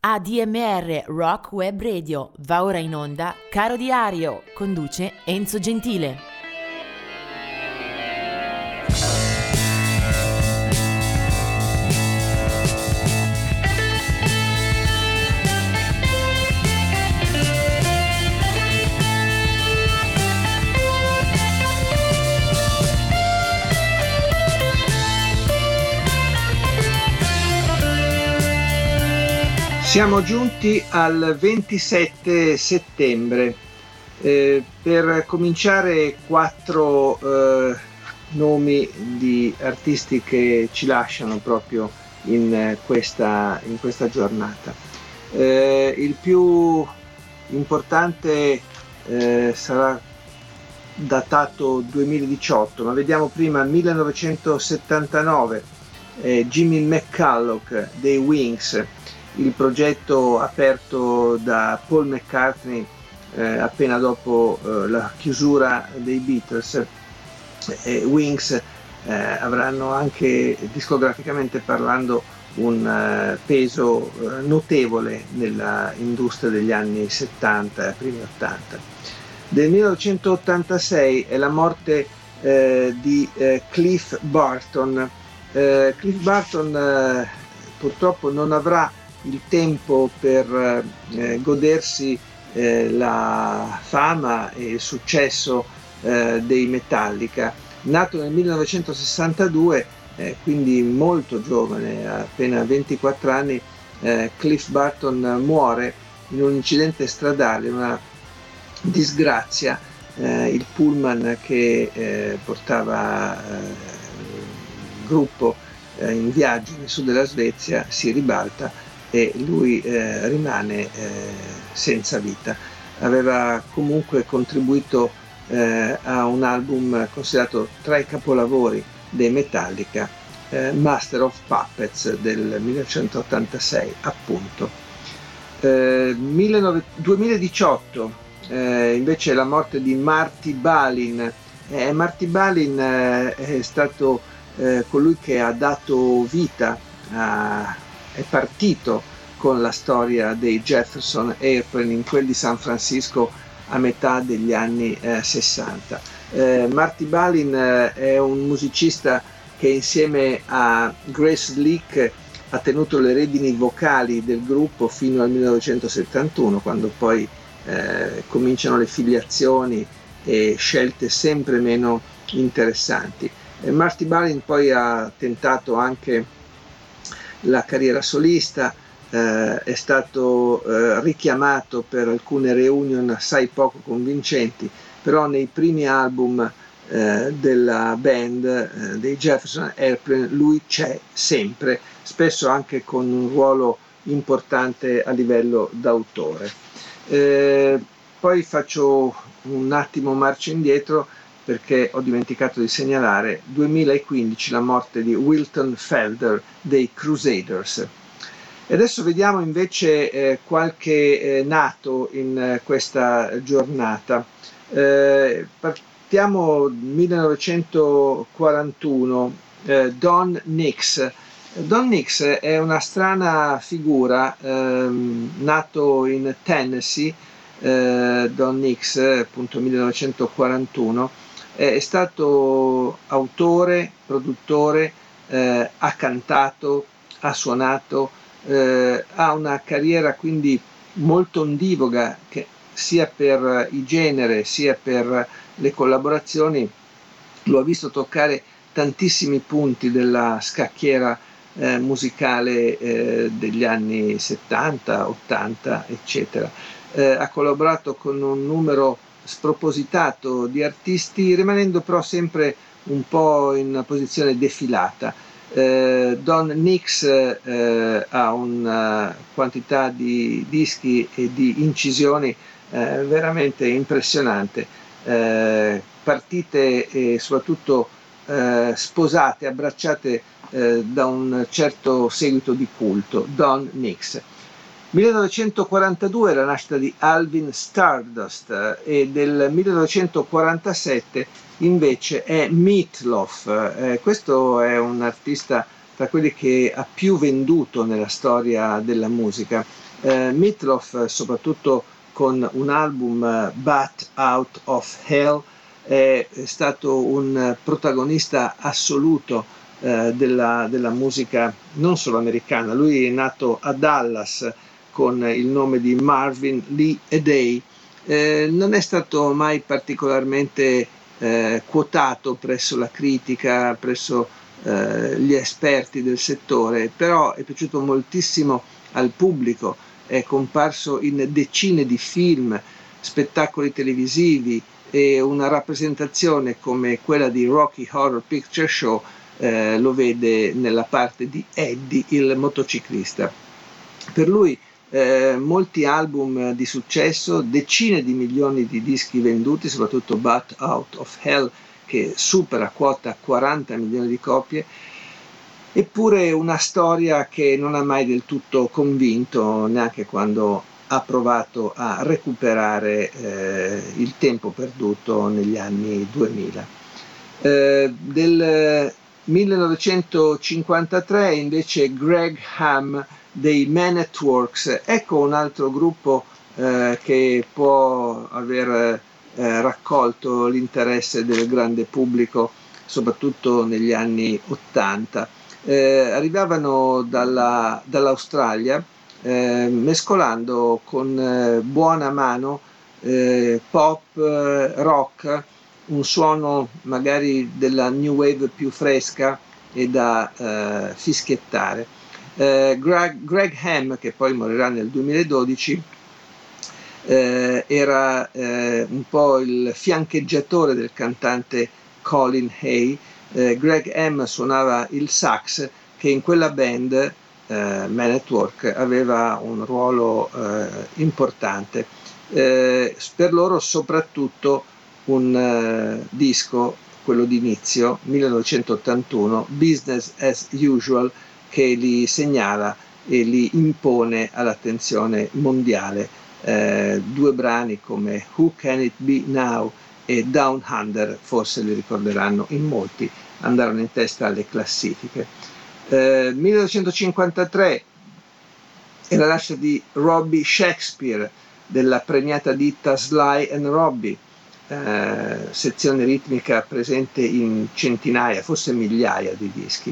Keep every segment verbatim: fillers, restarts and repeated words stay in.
A D M R Rock Web Radio va ora in onda Caro Diario, conduce Enzo Gentile. Siamo giunti al ventisette settembre. Eh, per cominciare, quattro eh, nomi di artisti che ci lasciano proprio in questa, in questa giornata. Eh, il più importante eh, sarà datato duemiladiciotto, ma vediamo prima millenovecentosettantanove, eh, Jimmy McCulloch dei Wings, il progetto aperto da Paul McCartney eh, appena dopo eh, la chiusura dei Beatles. E Wings eh, avranno anche, discograficamente parlando, un eh, peso eh, notevole nella industria degli anni settanta e primi ottanta. Del millenovecentottantasei è la morte eh, di eh, Cliff Burton. Eh, Cliff Burton eh, purtroppo non avrà il tempo per eh, godersi eh, la fama e il successo eh, dei Metallica. Nato nel millenovecentosessantadue, eh, quindi molto giovane, appena ventiquattro anni, eh, Cliff Burton muore in un incidente stradale, una disgrazia. Eh, il pullman che eh, portava eh, il gruppo eh, in viaggio nel sud della Svezia si ribalta e lui eh, rimane eh, senza vita. Aveva comunque contribuito eh, a un album considerato tra i capolavori dei Metallica, eh, Master of Puppets del millenovecentottantasei, appunto. Eh, duemiladiciotto eh, invece è la morte di Marty Balin. Eh, Marty Balin eh, è stato eh, colui che ha dato vita a è partito con la storia dei Jefferson Airplane in quel di San Francisco a metà degli anni eh, sessanta. Eh, Marty Balin eh, è un musicista che insieme a Grace Slick ha tenuto le redini vocali del gruppo fino al millenovecentosettantuno, quando poi eh, cominciano le filiazioni e scelte sempre meno interessanti. Eh, Marty Balin poi ha tentato anche la carriera solista, eh, è stato eh, richiamato per alcune reunion assai poco convincenti, però nei primi album eh, della band eh, dei Jefferson Airplane lui c'è sempre, spesso anche con un ruolo importante a livello d'autore. Eh, poi faccio un attimo marcia indietro perché ho dimenticato di segnalare duemilaquindici la morte di Wilton Felder dei Crusaders. E adesso vediamo invece eh, qualche eh, nato in eh, questa giornata. Eh, partiamo millenovecentoquarantuno, eh, Don Nix. Don Nix è una strana figura, ehm, nato in Tennessee, eh, Don Nix, appunto millenovecentoquarantuno, è stato autore, produttore, eh, ha cantato, ha suonato, eh, ha una carriera quindi molto ondivoga, che sia per il genere sia per le collaborazioni lo ha visto toccare tantissimi punti della scacchiera eh, musicale eh, degli anni settanta, ottanta, eccetera. Eh, ha collaborato con un numero spropositato di artisti, rimanendo però sempre un po' in una posizione defilata. Eh, Don Nix eh, ha una quantità di dischi e di incisioni eh, veramente impressionante, eh, partite e soprattutto eh, sposate, abbracciate eh, da un certo seguito di culto. Don Nix. millenovecentoquarantadue è la nascita di Alvin Stardust e del millenovecentoquarantasette invece è Meat Loaf. Eh, questo è un artista tra quelli che ha più venduto nella storia della musica. Eh, Meatloaf, soprattutto con un album Bat Out of Hell, è stato un protagonista assoluto eh, della, della musica non solo americana. Lui è nato a Dallas con il nome di Marvin Lee Edey. Eh, non è stato mai particolarmente eh, quotato presso la critica, presso eh, gli esperti del settore, però è piaciuto moltissimo al pubblico, è comparso in decine di film, spettacoli televisivi, e una rappresentazione come quella di Rocky Horror Picture Show eh, lo vede nella parte di Eddie, il motociclista. Per lui eh, molti album di successo, decine di milioni di dischi venduti, soprattutto Bat Out of Hell, che supera quota quaranta milioni di copie, eppure una storia che non ha mai del tutto convinto, neanche quando ha provato a recuperare eh, il tempo perduto negli anni duemila. Eh, del millenovecentocinquantatré invece Greg Ham dei Man at Works, ecco un altro gruppo eh, che può aver eh, raccolto l'interesse del grande pubblico, soprattutto negli anni ottanta. Eh, arrivavano dalla, dall'Australia, eh, mescolando con eh, buona mano eh, pop, eh, rock, un suono magari della new wave più fresca e da eh, fischiettare. Eh, Greg, Greg Ham, che poi morirà nel duemiladodici, eh, era eh, un po' il fiancheggiatore del cantante Colin Hay. eh, Greg Ham suonava il sax, che in quella band eh, Man at Work aveva un ruolo eh, importante. Eh, per loro soprattutto un uh, disco, quello d'inizio, millenovecentottantuno, Business as Usual, che li segnala e li impone all'attenzione mondiale. Eh, due brani come Who Can It Be Now e Down Under, forse li ricorderanno in molti, andarono in testa alle classifiche. Eh, millenovecentocinquantatré è la nascita di Robbie Shakespeare, della premiata ditta Sly and Robbie, eh, sezione ritmica presente in centinaia, forse migliaia di dischi.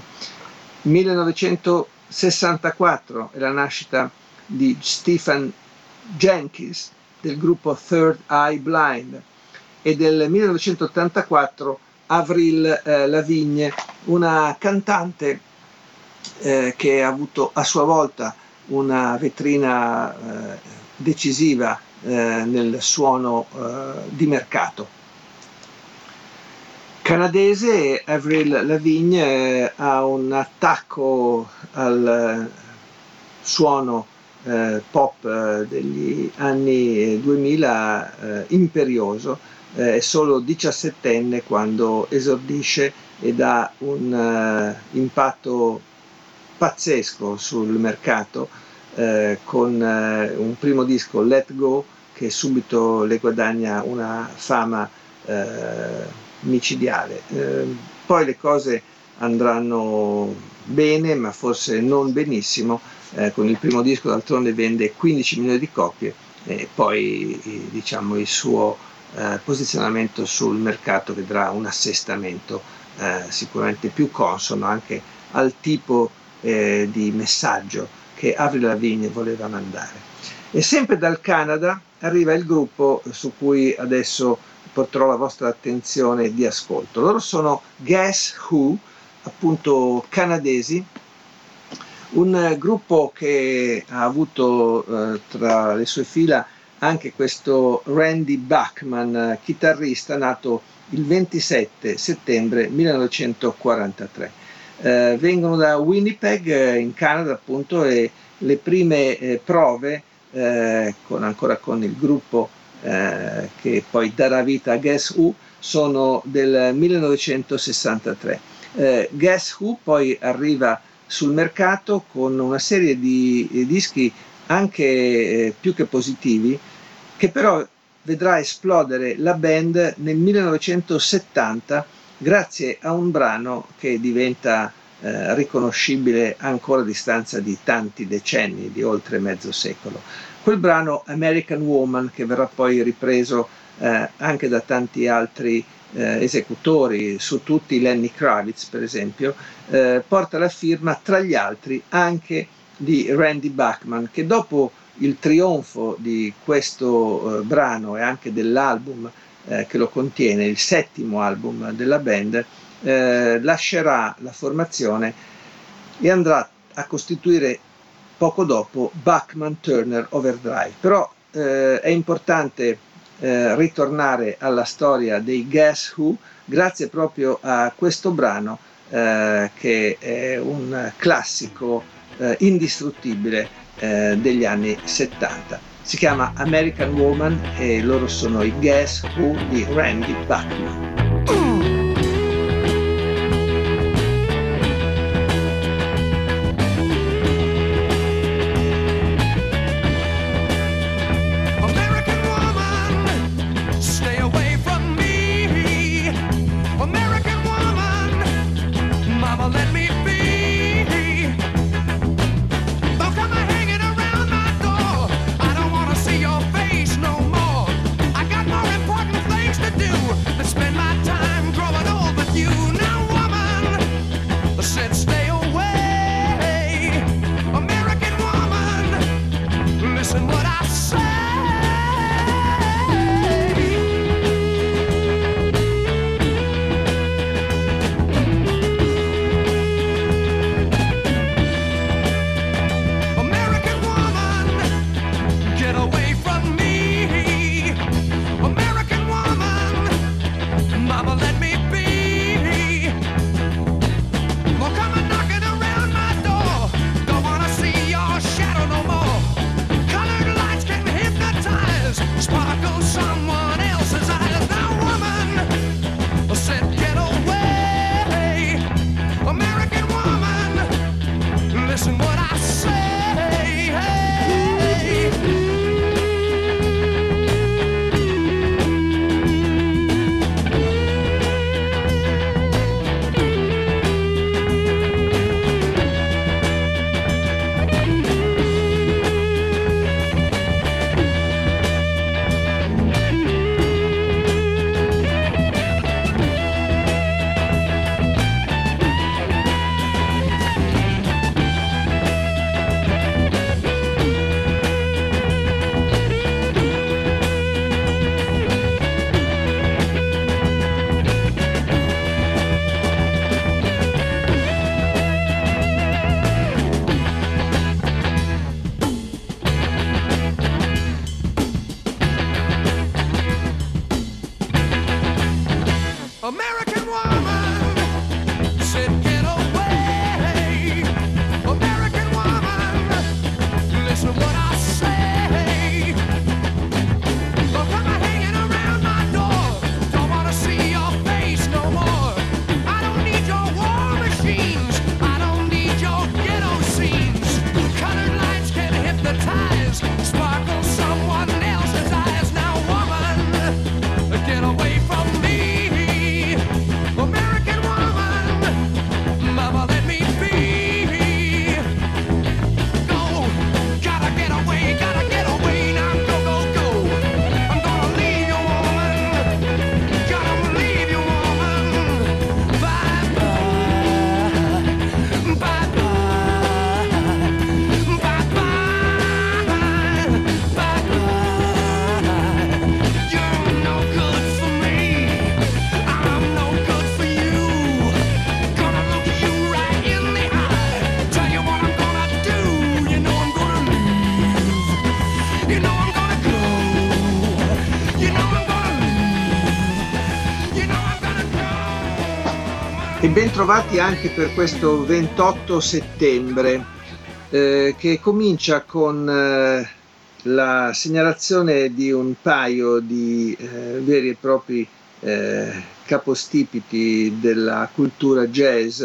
millenovecentosessantaquattro è la nascita di Stephen Jenkins del gruppo Third Eye Blind, e del millenovecentottantaquattro Avril eh, Lavigne, una cantante eh, che ha avuto a sua volta una vetrina eh, decisiva eh, nel suono eh, di mercato. Canadese, Avril Lavigne eh, ha un attacco al suono eh, pop eh, degli anni duemila eh, imperioso. Eh, è solo diciassettenne quando esordisce ed ha un uh, impatto pazzesco sul mercato eh, con eh, un primo disco, Let Go, che subito le guadagna una fama eh, micidiale. Eh, poi le cose andranno bene, ma forse non benissimo. Eh, con il primo disco d'altronde vende quindici milioni di copie, e poi diciamo il suo eh, posizionamento sul mercato vedrà un assestamento eh, sicuramente più consono anche al tipo eh, di messaggio che Avril Lavigne voleva mandare. E sempre dal Canada arriva il gruppo su cui adesso porterò la vostra attenzione di ascolto. Loro sono Guess Who, appunto canadesi, un gruppo che ha avuto eh, tra le sue fila anche questo Randy Bachman, chitarrista, nato il ventisette settembre millenovecentoquarantatré. Eh, vengono da Winnipeg, eh, in Canada appunto, e le prime eh, prove, eh, con, ancora con il gruppo eh, che poi darà vita a Guess Who, sono del millenovecentosessantatré. Eh, Guess Who poi arriva sul mercato con una serie di eh, dischi anche eh, più che positivi, che però vedrà esplodere la band nel millenovecentosettanta grazie a un brano che diventa eh, riconoscibile ancora a distanza di tanti decenni, di oltre mezzo secolo. Quel brano American Woman, che verrà poi ripreso eh, anche da tanti altri eh, esecutori, su tutti Lenny Kravitz per esempio, eh, porta la firma tra gli altri anche di Randy Bachman, che dopo il trionfo di questo eh, brano e anche dell'album eh, che lo contiene, il settimo album della band, eh, lascerà la formazione e andrà a costituire poco dopo Bachman Turner Overdrive. Però eh, è importante eh, ritornare alla storia dei Guess Who grazie proprio a questo brano eh, che è un classico eh, indistruttibile eh, degli anni settanta. Si chiama American Woman e loro sono i Guess Who di Randy Bachman. E ben trovati anche per questo ventotto settembre eh, che comincia con eh, la segnalazione di un paio di eh, veri e propri eh, capostipiti della cultura jazz.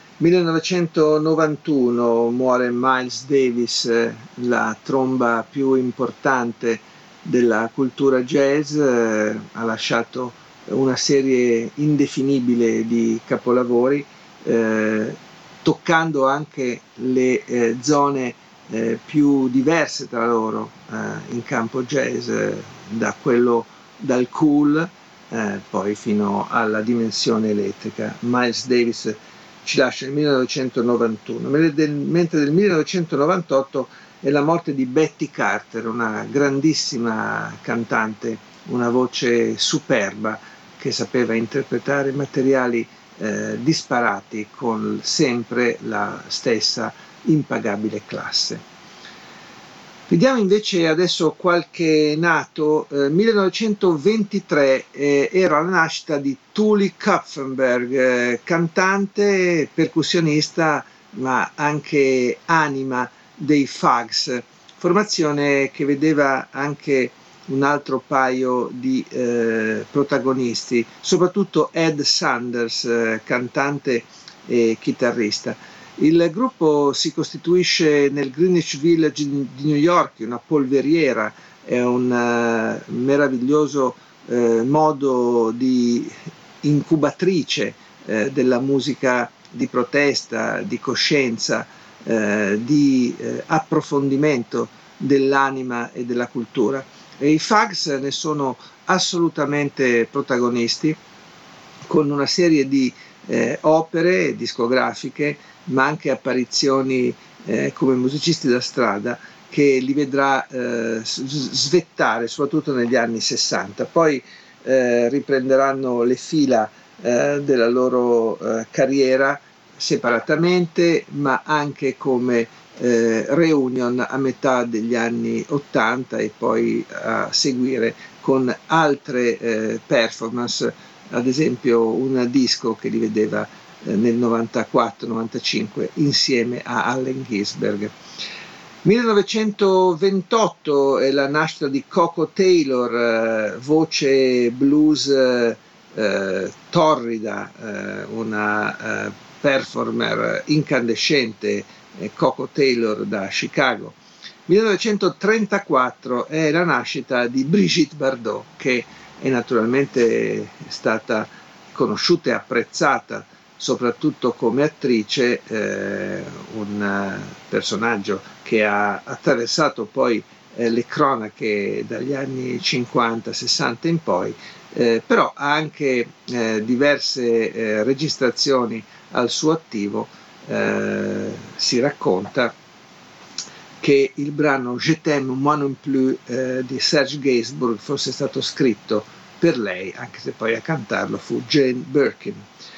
millenovecentonovantuno muore Miles Davis, eh, la tromba più importante della cultura jazz, eh, ha lasciato una serie indefinibile di capolavori, eh, toccando anche le eh, zone eh, più diverse tra loro eh, in campo jazz, eh, da quello dal cool eh, poi fino alla dimensione elettrica. Miles Davis ci lascia nel millenovecentonovantuno, mentre del millenovecentonovantotto è la morte di Betty Carter, una grandissima cantante, una voce superba che sapeva interpretare materiali eh, disparati con sempre la stessa impagabile classe. Vediamo invece adesso qualche nato. Eh, millenovecentoventitré eh, era la nascita di Tuli Kupfenberg, eh, cantante, percussionista, ma anche anima dei Fugs, formazione che vedeva anche un altro paio di eh, protagonisti, soprattutto Ed Sanders, eh, cantante e chitarrista. Il gruppo si costituisce nel Greenwich Village di New York, una polveriera, è un uh, meraviglioso uh, modo di incubatrice uh, della musica di protesta, di coscienza, uh, di uh, approfondimento dell'anima e della cultura. E i Fugs ne sono assolutamente protagonisti, con una serie di eh, opere discografiche, ma anche apparizioni eh, come musicisti da strada, che li vedrà eh, svettare soprattutto negli anni sessanta. Poi eh, riprenderanno le fila eh, della loro eh, carriera separatamente, ma anche come eh, reunion a metà degli anni ottanta e poi a seguire con altre eh, performance, ad esempio un disco che li vedeva eh, nel novantaquattro novantacinque insieme a Allen Ginsberg. millenovecentoventotto è la nascita di Coco Taylor, eh, voce blues eh, torrida, eh, una eh, performer incandescente, eh, Coco Taylor da Chicago. millenovecentotrentaquattro è la nascita di Brigitte Bardot, che è naturalmente stata conosciuta e apprezzata soprattutto come attrice, eh, un personaggio che ha attraversato poi eh, le cronache dagli anni cinquanta sessanta in poi, eh, però ha anche eh, diverse eh, registrazioni al suo attivo. Eh, si racconta che il brano Je t'aime moi non plus eh, di Serge Gainsbourg fosse stato scritto per lei, anche se poi a cantarlo fu Jane Birkin.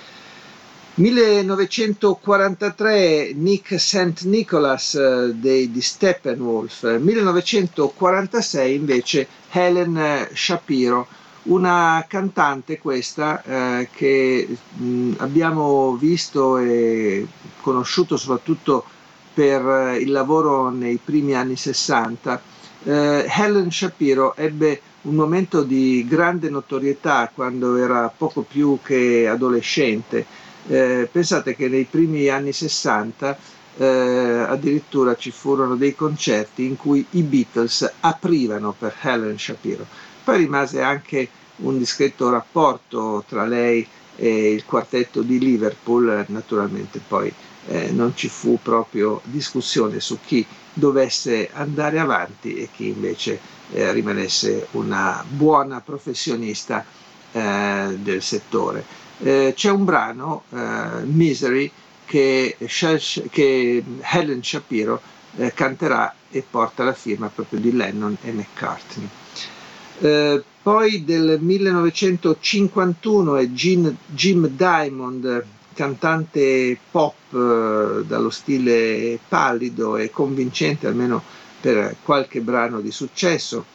millenovecentoquarantatré Nick Saint Nicholas eh, dei, di Steppenwolf. millenovecentoquarantasei invece Helen Shapiro, una cantante questa eh, che mh, abbiamo visto e conosciuto soprattutto per il lavoro nei primi anni sessanta. Eh, Helen Shapiro ebbe un momento di grande notorietà quando era poco più che adolescente. Eh, pensate che nei primi anni sessanta eh, addirittura ci furono dei concerti in cui i Beatles aprivano per Helen Shapiro. Poi rimase anche un discreto rapporto tra lei e il quartetto di Liverpool, naturalmente poi eh, non ci fu proprio discussione su chi dovesse andare avanti e chi invece eh, rimanesse una buona professionista eh, del settore. Eh, c'è un brano, eh, Misery, che, che Helen Shapiro eh, canterà e porta la firma proprio di Lennon e McCartney. Eh, poi del millenovecentocinquantuno è Jim, Jim Diamond, cantante pop eh, dallo stile pallido e convincente, almeno per qualche brano di successo.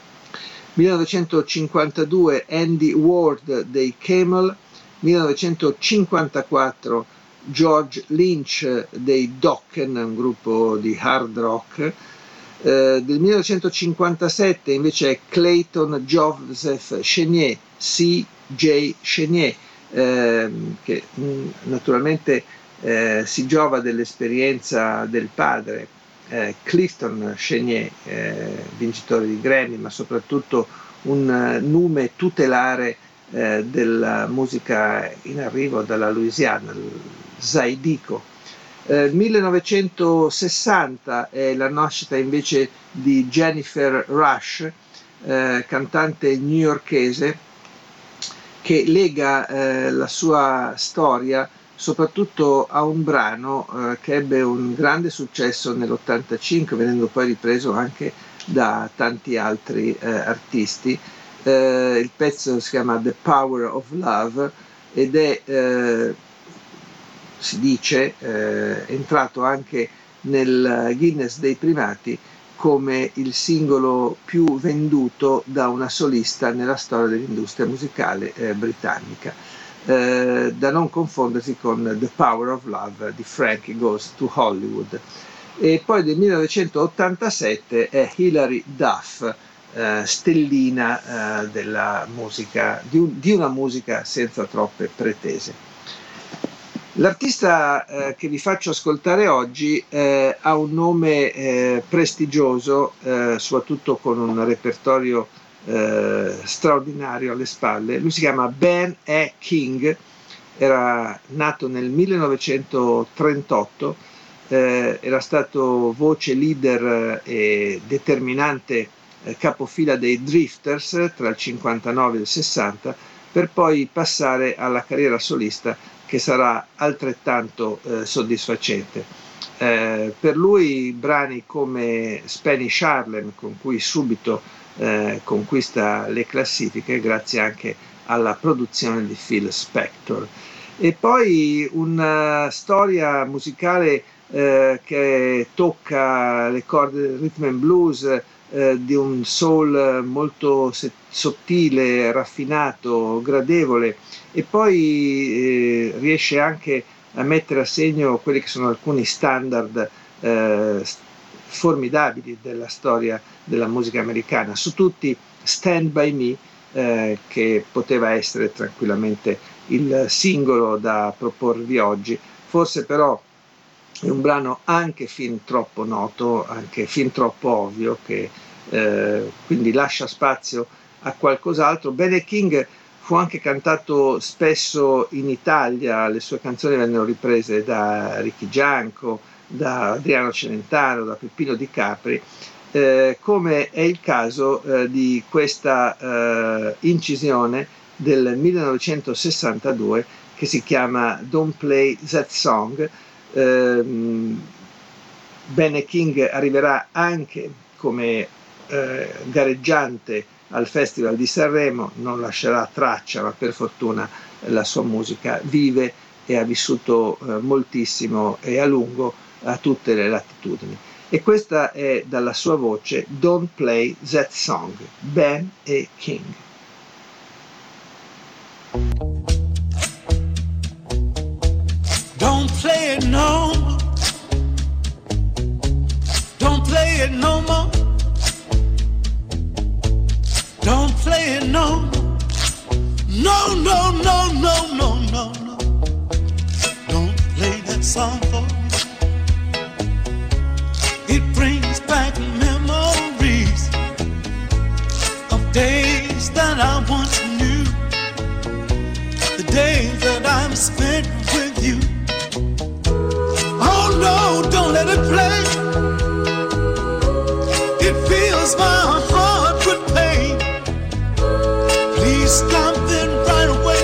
millenovecentocinquantadue Andy Ward dei Camel. millenovecentocinquantaquattro George Lynch dei Dokken, un gruppo di hard rock. Eh, del millenovecentocinquantasette invece è Clayton Joseph Chenier, C J Chenier, eh, che mh, naturalmente eh, si giova dell'esperienza del padre, eh, Clifton Chenier, eh, vincitore di Grammy, ma soprattutto un uh, nome tutelare eh, della musica in arrivo dalla Louisiana, il Zydeco. Eh, millenovecentosessanta è la nascita invece di Jennifer Rush, eh, cantante newyorkese, che lega eh, la sua storia soprattutto a un brano eh, che ebbe un grande successo nell'ottantacinque, venendo poi ripreso anche da tanti altri eh, artisti. Eh, il pezzo si chiama The Power of Love ed è eh, si dice, eh, entrato anche nel Guinness dei primati come il singolo più venduto da una solista nella storia dell'industria musicale eh, britannica, eh, da non confondersi con The Power of Love di Frankie Goes to Hollywood. E poi del millenovecentottantasette è Hilary Duff, eh, stellina eh, della musica, di, un, di una musica senza troppe pretese. L'artista eh, che vi faccio ascoltare oggi eh, ha un nome eh, prestigioso, eh, soprattutto con un repertorio eh, straordinario alle spalle. Lui si chiama Ben E. King, era nato nel millenovecentotrentotto, eh, era stato voce leader e determinante eh, capofila dei Drifters tra il cinquantanove e il sessanta, per poi passare alla carriera solista che sarà altrettanto eh, soddisfacente. Eh, per lui brani come Spanish Harlem, con cui subito eh, conquista le classifiche grazie anche alla produzione di Phil Spector. E poi una storia musicale eh, che tocca le corde del rhythm and blues, eh, di un soul molto sottile, raffinato, gradevole, e poi eh, riesce anche a mettere a segno quelli che sono alcuni standard eh, formidabili della storia della musica americana, su tutti Stand By Me, eh, che poteva essere tranquillamente il singolo da proporvi oggi. Forse però è un brano anche fin troppo noto, anche fin troppo ovvio, che eh, quindi lascia spazio a qualcos'altro. Ben E. King fu anche cantato spesso in Italia, le sue canzoni vennero riprese da Ricky Gianco, da Adriano Celentano, da Peppino Di Capri, eh, come è il caso eh, di questa eh, incisione del millenovecentosessantadue che si chiama Don't Play That Song. Eh, Ben E. King arriverà anche come eh, gareggiante al Festival di Sanremo, non lascerà traccia, ma per fortuna la sua musica vive e ha vissuto eh, moltissimo e a lungo a tutte le latitudini. E questa è dalla sua voce Don't Play That Song, Ben E. King. Don't play it no more. Don't play it no more. Don't play it no more. No, no, no, no, no, no, no. Don't play that song for me. It brings back memories of days that I once knew. The days that I've spent with you. Oh no, don't let it play. It fills my heart with pain. Please stop it right away.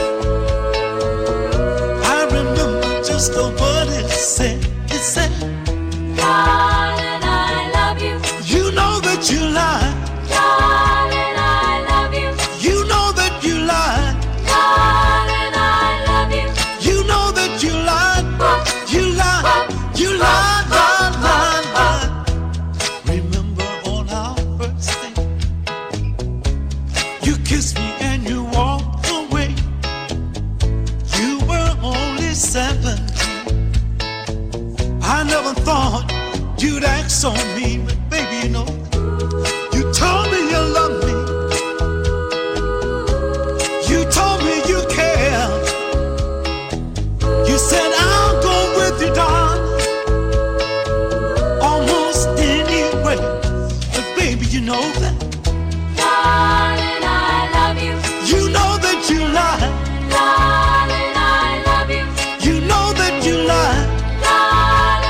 I remember just the word it said. It said, darling, I love you. You know that you lie. Darling, I love you. You know that you lie. Darling, I love you. You know that you lied. You lied. You lied, lied, lied, lied. Remember on our first day, you kissed me and you walked away. You were only seventeen. I never thought you'd act so mean, but baby, you know, you told me you loved me. You told me you cared. You said I'll go with you, darling. You know that, darling, I love you. You know that you lie. Darling, I love you. You know that you lie. Darling,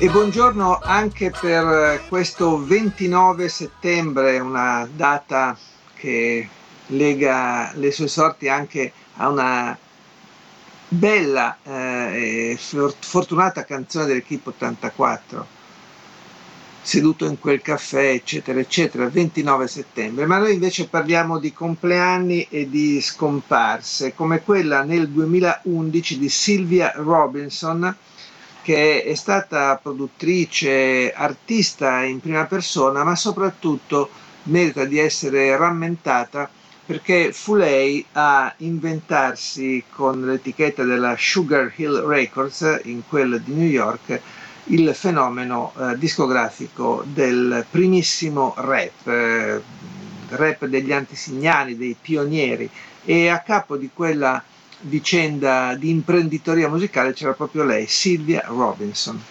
E buongiorno anche per questo ventinove settembre, una data che lega le sue sorti anche a una bella eh, e fortunata canzone dell'Equipe ottantaquattro, seduto in quel caffè, eccetera, eccetera, ventinove settembre. Ma noi invece parliamo di compleanni e di scomparse, come quella nel duemilaundici di Sylvia Robinson, che è stata produttrice, artista in prima persona, ma soprattutto merita di essere rammentata perché fu lei a inventarsi con l'etichetta della Sugar Hill Records, in quella di New York, il fenomeno eh, discografico del primissimo rap, eh, rap degli antesignani, dei pionieri, e a capo di quella vicenda di imprenditoria musicale c'era proprio lei, Sylvia Robinson.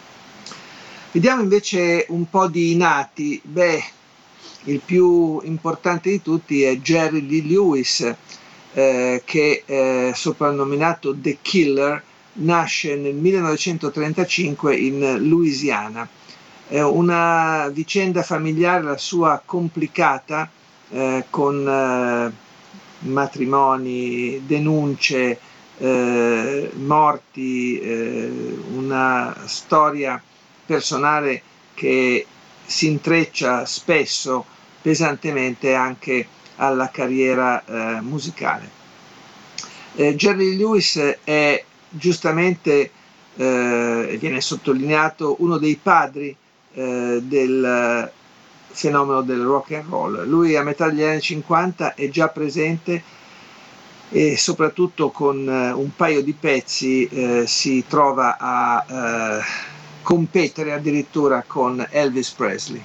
Vediamo invece un po' di nati. Beh, il più importante di tutti è Jerry Lee Lewis, eh, che eh, soprannominato The Killer nasce nel millenovecentotrentacinque in Louisiana. È una vicenda familiare, la sua, complicata, eh, con eh, matrimoni, denunce, eh, morti, eh, una storia personale che si intreccia spesso pesantemente anche alla carriera eh, musicale. Eh, Jerry Lewis è giustamente, eh, viene sottolineato, uno dei padri eh, del fenomeno del rock and roll. Lui a metà degli anni cinquanta è già presente e soprattutto con eh, un paio di pezzi eh, si trova a eh, competere addirittura con Elvis Presley.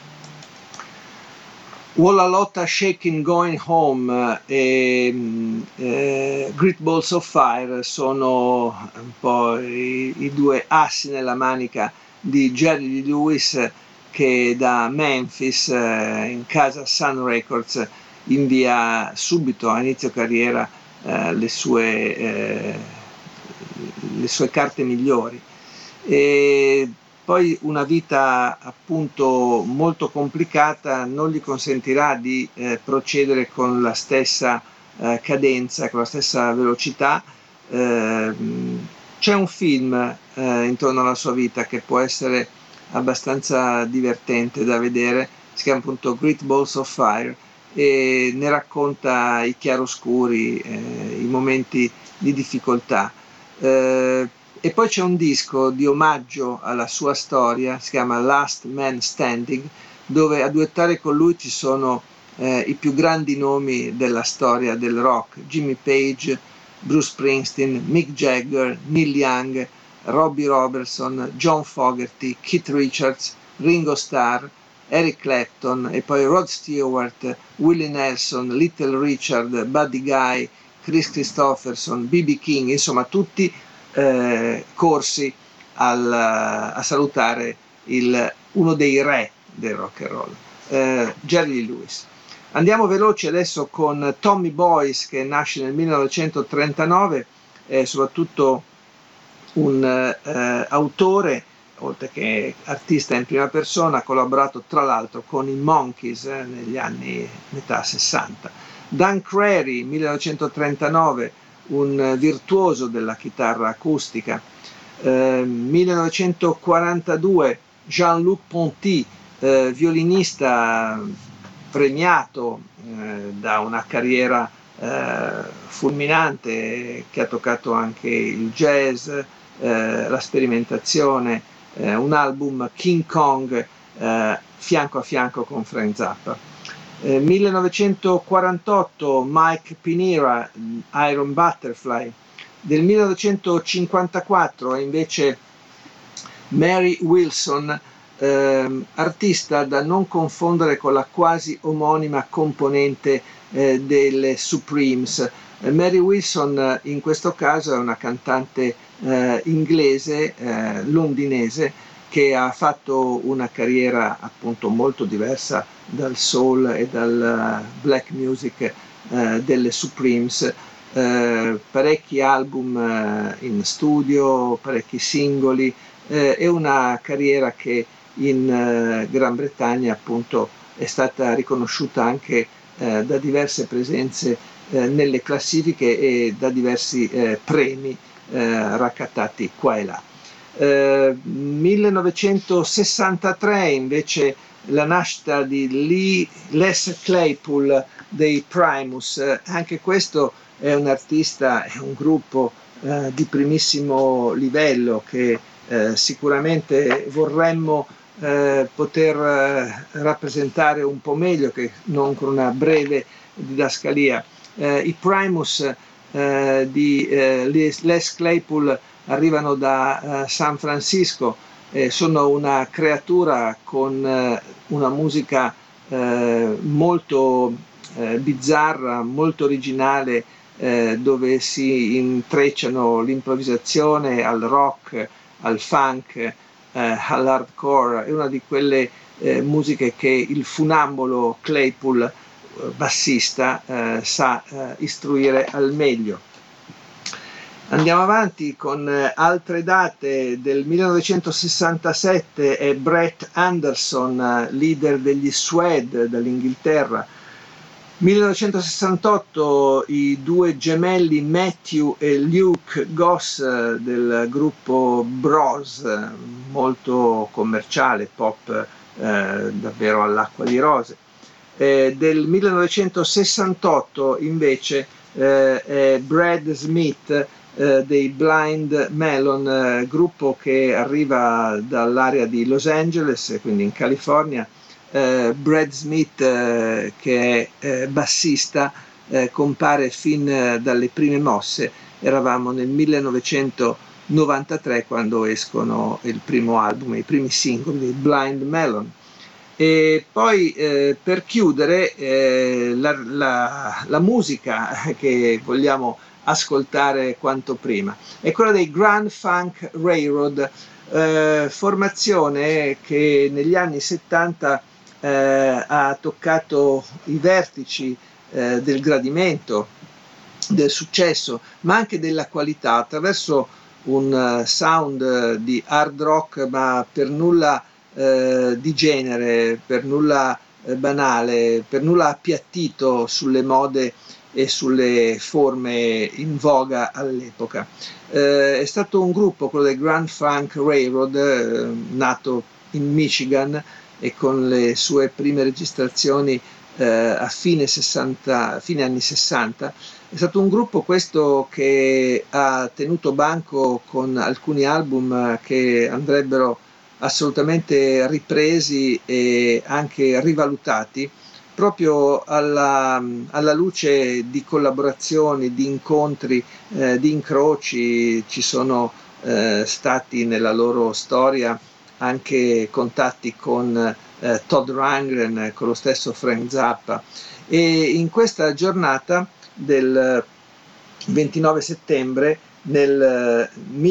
Walla Lotta Shakin' Going Home e eh, Great Balls of Fire sono un po' i, i due assi nella manica di Jerry Lee Lewis, che da Memphis, eh, in casa Sun Records, invia subito a inizio carriera eh, le, sue, eh, le sue carte migliori. E poi una vita appunto molto complicata non gli consentirà di eh, procedere con la stessa eh, cadenza, con la stessa velocità. Eh, c'è un film eh, intorno alla sua vita che può essere abbastanza divertente da vedere, si chiama appunto Great Balls of Fire e ne racconta i chiaroscuri, eh, i momenti di difficoltà. Eh, e poi c'è un disco di omaggio alla sua storia, si chiama Last Man Standing, dove a duettare con lui ci sono eh, i più grandi nomi della storia del rock: Jimmy Page, Bruce Springsteen, Mick Jagger, Neil Young, Robbie Robertson, John Fogerty, Keith Richards, Ringo Starr, Eric Clapton e poi Rod Stewart, Willie Nelson, Little Richard, Buddy Guy, Chris Christopherson, B B King, insomma tutti eh, corsi al, a salutare il, uno dei re del rock and roll, eh, Jerry Lee Lewis. Andiamo veloci adesso con Tommy Boyce, che nasce nel millenovecentotrentanove, è soprattutto un eh, autore, oltre che artista in prima persona. Ha collaborato tra l'altro con i Monkees eh, negli anni metà sessanta. Dan Crary, millenovecentotrentanove, un virtuoso della chitarra acustica. Eh, millenovecentoquarantadue, Jean-Luc Ponty, eh, violinista premiato eh, da una carriera eh, fulminante, che ha toccato anche il jazz, eh, la sperimentazione, eh, un album King Kong eh, fianco a fianco con Frank Zappa. Eh, millenovecentoquarantotto, Mike Pinera, Iron Butterfly. Del millenovecentocinquantaquattro è invece Mary Wilson, eh, artista da non confondere con la quasi omonima componente eh, delle Supremes. Eh, Mary Wilson eh, in questo caso è una cantante eh, inglese, eh, londinese, che ha fatto una carriera appunto molto diversa dal soul e dal black music eh, delle Supremes. Eh, parecchi album eh, in studio, parecchi singoli, eh, e una carriera che in eh, Gran Bretagna appunto è stata riconosciuta anche eh, da diverse presenze eh, nelle classifiche e da diversi eh, premi eh, raccattati qua e là. Eh, millenovecentosessantatré invece la nascita di Lee, Les Claypool dei Primus, eh, anche questo è un artista, è un gruppo eh, di primissimo livello che eh, sicuramente vorremmo eh, poter eh, rappresentare un po' meglio che non con una breve didascalia. Eh, I Primus eh, di eh, Les Claypool arrivano da eh, San Francisco, eh, sono una creatura con eh, una musica eh, molto eh, bizzarra, molto originale, eh, dove si intrecciano l'improvvisazione al rock, al funk, eh, all'hardcore. È una di quelle eh, musiche che il funambolo Claypool, eh, bassista, eh, sa eh, istruire al meglio. Andiamo avanti con altre date. Del millenovecentosessantasette è Brett Anderson, leader degli Suede dall'Inghilterra. millenovecentosessantotto i due gemelli Matthew e Luke Goss del gruppo Bros, molto commerciale, pop eh, davvero all'acqua di rose. Eh, del millenovecentosessantotto invece eh, è Brad Smith Eh, dei Blind Melon, eh, gruppo che arriva dall'area di Los Angeles, quindi in California. eh, Brad Smith, eh, che è eh, bassista, eh, compare fin eh, dalle prime mosse. Eravamo nel millenovecentonovantatré quando escono il primo album, i primi singoli di Blind Melon. E poi eh, per chiudere eh, la, la, la musica che vogliamo ascoltare quanto prima è quella dei Grand Funk Railroad, eh, formazione che negli anni settanta eh, ha toccato i vertici eh, del gradimento, del successo, ma anche della qualità, attraverso un uh, sound uh, di hard rock, ma per nulla uh, di genere, per nulla uh, banale, per nulla appiattito sulle mode e sulle forme in voga all'epoca. Eh, è stato un gruppo, quello del Grand Funk Railroad, eh, nato in Michigan e con le sue prime registrazioni eh, a fine, sessanta, fine anni sessanta. È stato un gruppo questo che ha tenuto banco con alcuni album che andrebbero assolutamente ripresi e anche rivalutati, proprio alla, alla luce di collaborazioni, di incontri, eh, di incroci. Ci sono eh, stati nella loro storia anche contatti con eh, Todd Rundgren, con lo stesso Frank Zappa, e in questa giornata del ventinove settembre nel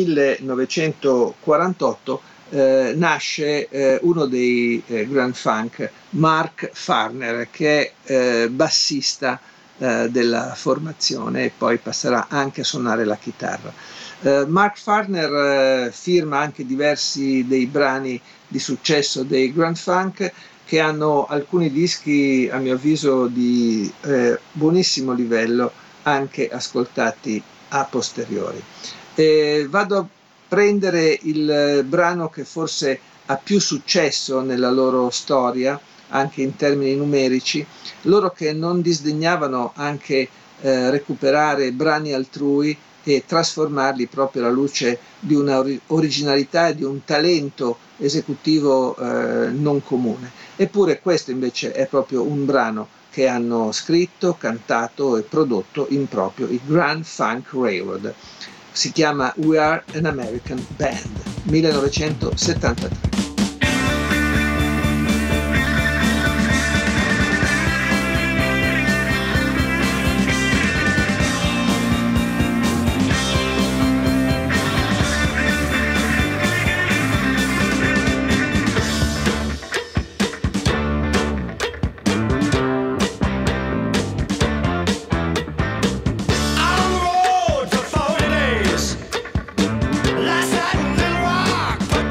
millenovecentoquarantotto Eh, nasce eh, uno dei eh, Grand Funk, Mark Farner, che è eh, bassista eh, della formazione e poi passerà anche a suonare la chitarra. Eh, Mark Farner eh, firma anche diversi dei brani di successo dei Grand Funk, che hanno alcuni dischi a mio avviso di eh, buonissimo livello, anche ascoltati a posteriori. Eh, vado a prendere il brano che forse ha più successo nella loro storia, anche in termini numerici, loro che non disdegnavano anche eh, recuperare brani altrui e trasformarli proprio alla luce di una originalità e di un talento esecutivo eh, non comune. Eppure questo invece è proprio un brano che hanno scritto, cantato e prodotto in proprio i Grand Funk Railroad. Si chiama We Are an American Band, millenovecentosettantatré. Last night in the rock.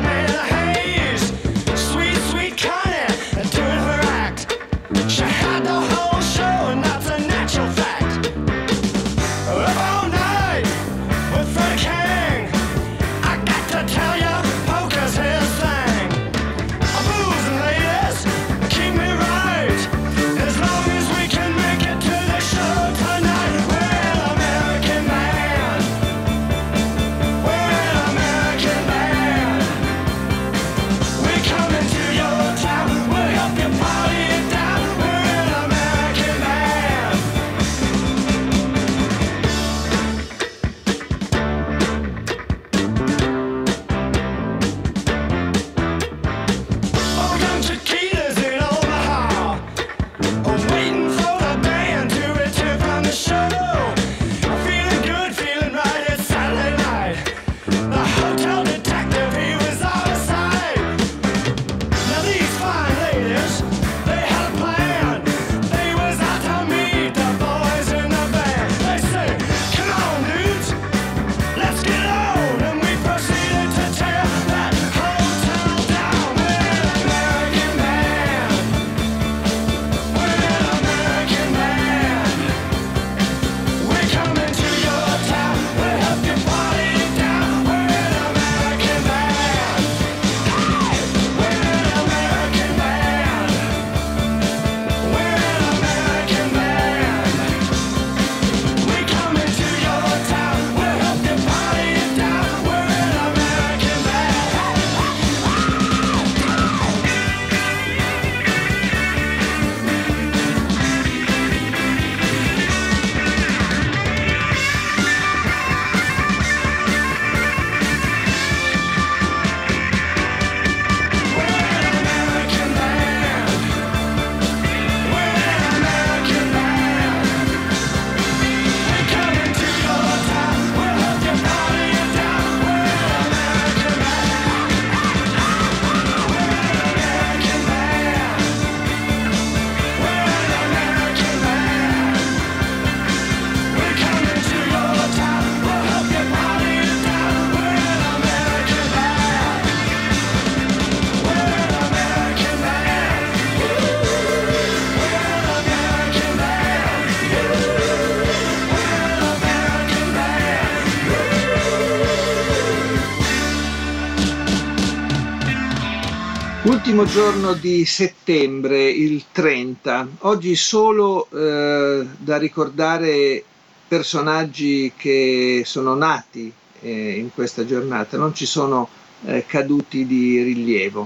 Ultimo giorno di settembre, il trenta. Oggi solo eh, da ricordare personaggi che sono nati eh, in questa giornata, non ci sono eh, caduti di rilievo.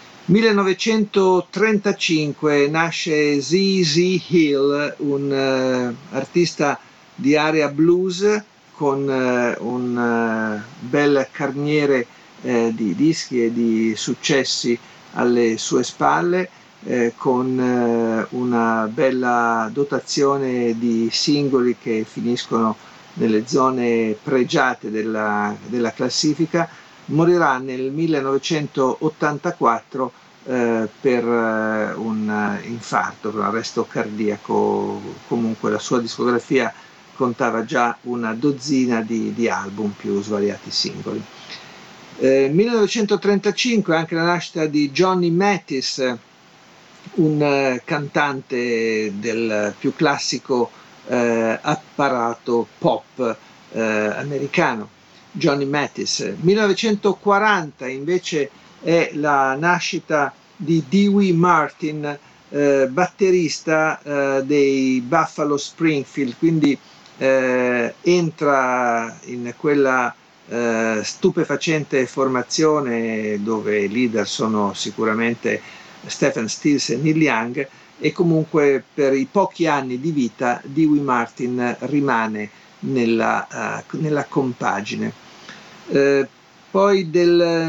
millenovecentotrentacinque nasce Z Z Hill, un eh, artista di area blues con eh, un eh, bel carniere eh, di dischi e di successi alle sue spalle, eh, con eh, una bella dotazione di singoli che finiscono nelle zone pregiate della, della classifica. Morirà nel millenovecentottantaquattro eh, per eh, un infarto, per un arresto cardiaco. Comunque la sua discografia contava già una dozzina di, di album più svariati singoli. Eh, millenovecentotrentacinque anche la nascita di Johnny Mathis, un eh, cantante del più classico eh, apparato pop eh, americano. Johnny Mathis. millenovecentoquaranta invece è la nascita di Dewey Martin, eh, batterista eh, dei Buffalo Springfield, quindi eh, entra in quella Uh, stupefacente formazione dove i leader sono sicuramente Stephen Stills e Neil Young, e comunque per i pochi anni di vita Dewey Martin rimane nella, uh, nella compagine. Uh, poi del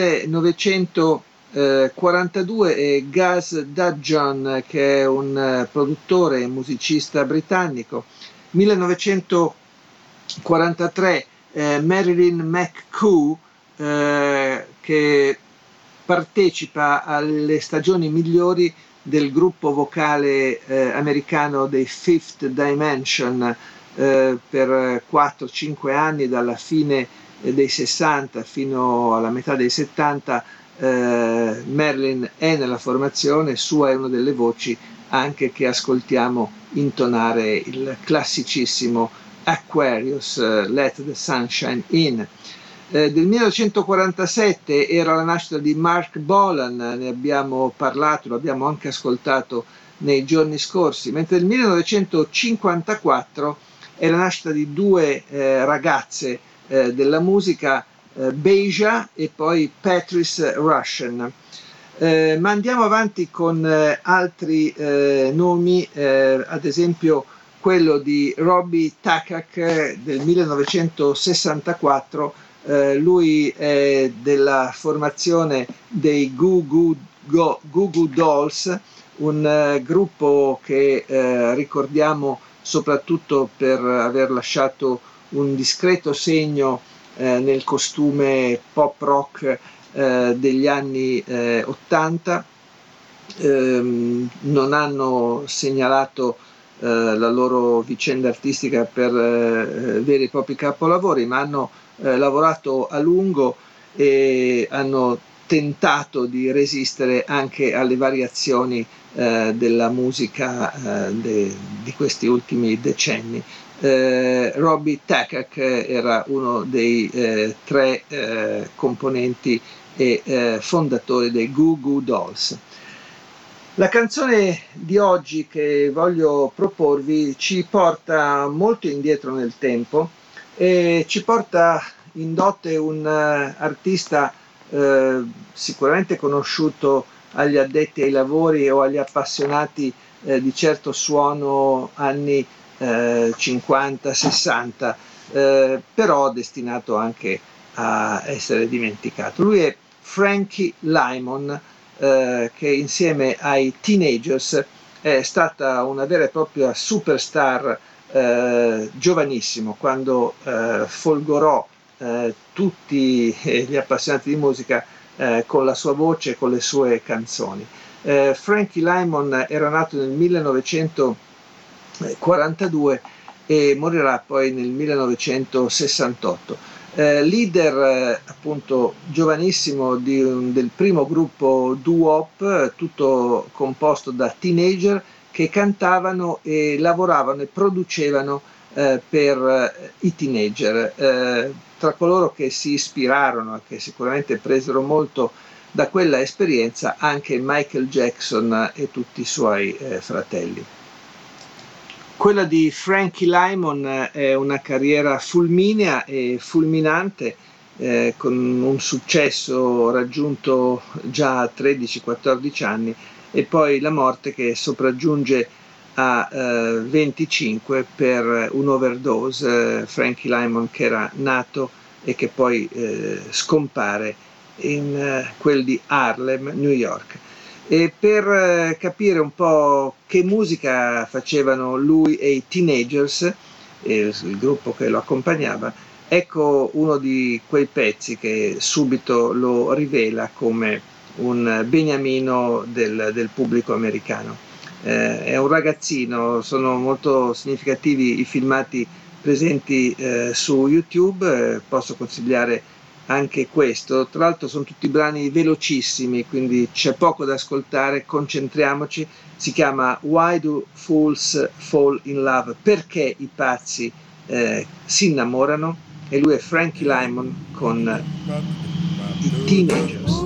millenovecentoquarantadue è Guz Dudgeon, che è un produttore e musicista britannico. millenovecentoquarantatré Eh, Marilyn McCoo, eh, che partecipa alle stagioni migliori del gruppo vocale eh, americano dei Fifth Dimension eh, per quattro cinque anni, dalla fine eh, dei sessanta fino alla metà dei settanta. eh, Marilyn è nella formazione, sua è una delle voci anche che ascoltiamo intonare il classicissimo Aquarius, uh, Let the Sunshine In. Eh, del millenovecentoquarantasette era la nascita di Mark Bolan, ne abbiamo parlato, lo abbiamo anche ascoltato nei giorni scorsi, mentre nel millenovecentocinquantaquattro è la nascita di due eh, ragazze eh, della musica, eh, Beja e poi Patrice Rushen. Eh, ma andiamo avanti con eh, altri eh, nomi, eh, ad esempio quello di Robbie Takach del millenovecentosessantaquattro. Eh, lui è della formazione dei Goo Goo, Go, Goo Goo Dolls, un uh, gruppo che uh, ricordiamo soprattutto per aver lasciato un discreto segno uh, nel costume pop rock uh, degli anni uh, ottanta. Um, non hanno segnalato Uh, la loro vicenda artistica per uh, veri e propri capolavori, ma hanno uh, lavorato a lungo e hanno tentato di resistere anche alle variazioni uh, della musica uh, de, di questi ultimi decenni. Uh, Robbie Takach era uno dei uh, tre uh, componenti e uh, fondatori dei Goo Goo Dolls. La canzone di oggi che voglio proporvi ci porta molto indietro nel tempo e ci porta in dote un uh, artista uh, sicuramente conosciuto agli addetti ai lavori o agli appassionati uh, di certo suono anni uh, cinquanta sessanta, uh, però destinato anche a essere dimenticato. Lui è Frankie Lymon, Uh, che insieme ai Teenagers è stata una vera e propria superstar uh, giovanissimo, quando uh, folgorò uh, tutti gli appassionati di musica uh, con la sua voce e con le sue canzoni. Uh, Frankie Lymon era nato nel millenovecentoquarantadue e morirà poi nel millenovecentosessantotto. Eh, leader eh, appunto giovanissimo di un, del primo gruppo doo-wop, tutto composto da teenager che cantavano e lavoravano e producevano eh, per eh, i teenager. Eh, tra coloro che si ispirarono e che sicuramente presero molto da quella esperienza anche Michael Jackson e tutti i suoi eh, fratelli. Quella di Frankie Lymon è una carriera fulminea e fulminante, eh, con un successo raggiunto già a tredici quattordici anni, e poi la morte che sopraggiunge a eh, venticinque per un'overdose. eh, Frankie Lymon, che era nato e che poi eh, scompare in eh, quel di Harlem, New York. E per eh, capire un po' che musica facevano lui e i Teenagers, eh, il gruppo che lo accompagnava, ecco uno di quei pezzi che subito lo rivela come un beniamino del, del pubblico americano. Eh, è un ragazzino, sono molto significativi i filmati presenti eh, su YouTube, eh, posso consigliare anche questo. Tra l'altro sono tutti brani velocissimi, quindi c'è poco da ascoltare, concentriamoci. Si chiama Why Do Fools Fall in Love? Perché i pazzi eh, si innamorano? E lui è Frankie Lymon con i Teenagers.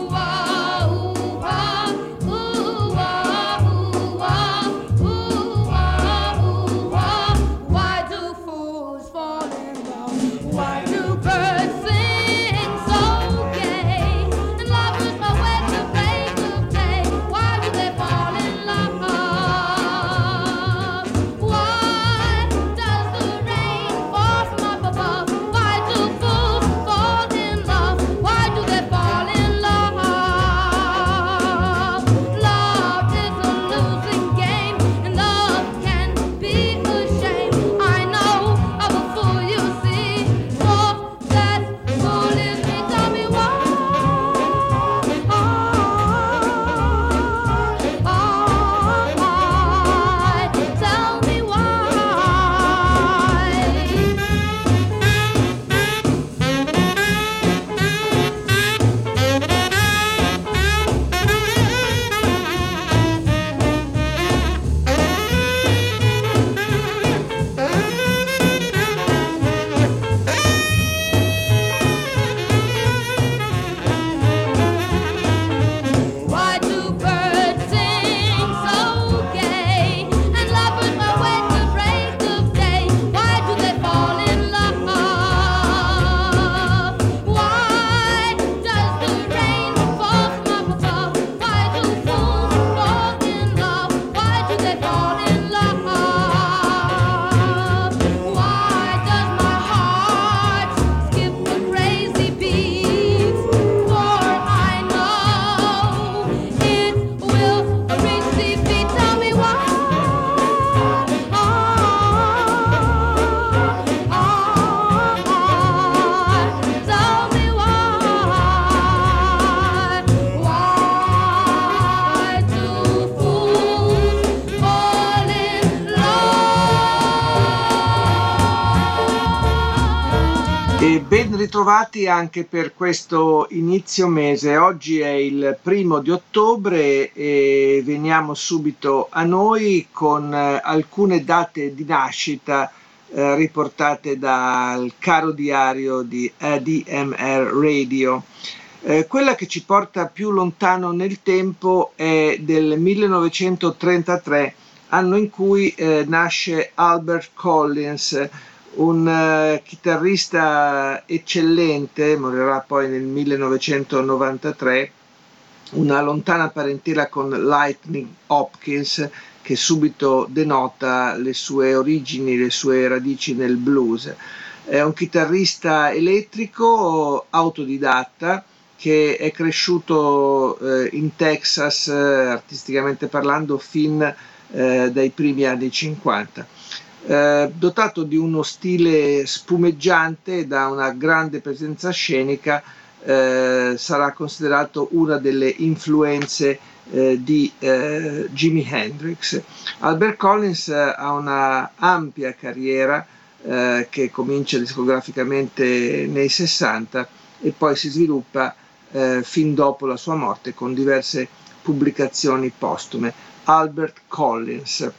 E ben ritrovati anche per questo inizio mese. Oggi è il primo di ottobre e veniamo subito a noi con alcune date di nascita eh, riportate dal caro diario di A D M R Radio. Eh, quella che ci porta più lontano nel tempo è del millenovecentotrentatré, anno in cui eh, nasce Albert Collins, un uh, chitarrista eccellente. Morirà poi nel millenovecentonovantatré, una lontana parentela con Lightning Hopkins che subito denota le sue origini, le sue radici nel blues. È un chitarrista elettrico autodidatta che è cresciuto eh, in Texas, eh, artisticamente parlando, fin eh, dai primi anni cinquanta. Eh, dotato di uno stile spumeggiante e da una grande presenza scenica, eh, sarà considerato una delle influenze eh, di eh, Jimi Hendrix. Albert Collins ha una ampia carriera eh, che comincia discograficamente nei sessanta e poi si sviluppa eh, fin dopo la sua morte con diverse pubblicazioni postume. Albert Collins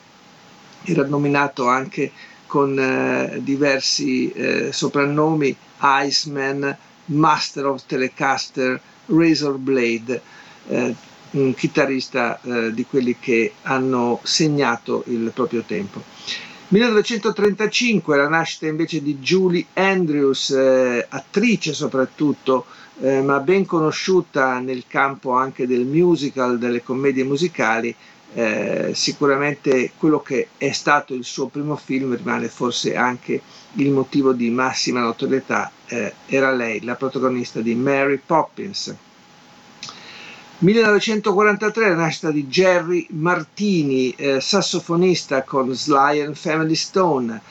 era nominato anche con eh, diversi eh, soprannomi: Iceman, Master of Telecaster, Razor Blade, eh, un chitarrista eh, di quelli che hanno segnato il proprio tempo. millenovecentotrentacinque, la nascita invece di Julie Andrews, eh, attrice soprattutto, eh, ma ben conosciuta nel campo anche del musical, delle commedie musicali. Eh, sicuramente quello che è stato il suo primo film rimane forse anche il motivo di massima notorietà. Eh, era lei la protagonista di Mary Poppins. millenovecentoquarantatré, la nascita di Jerry Martini, eh, sassofonista con Sly and Family Stone.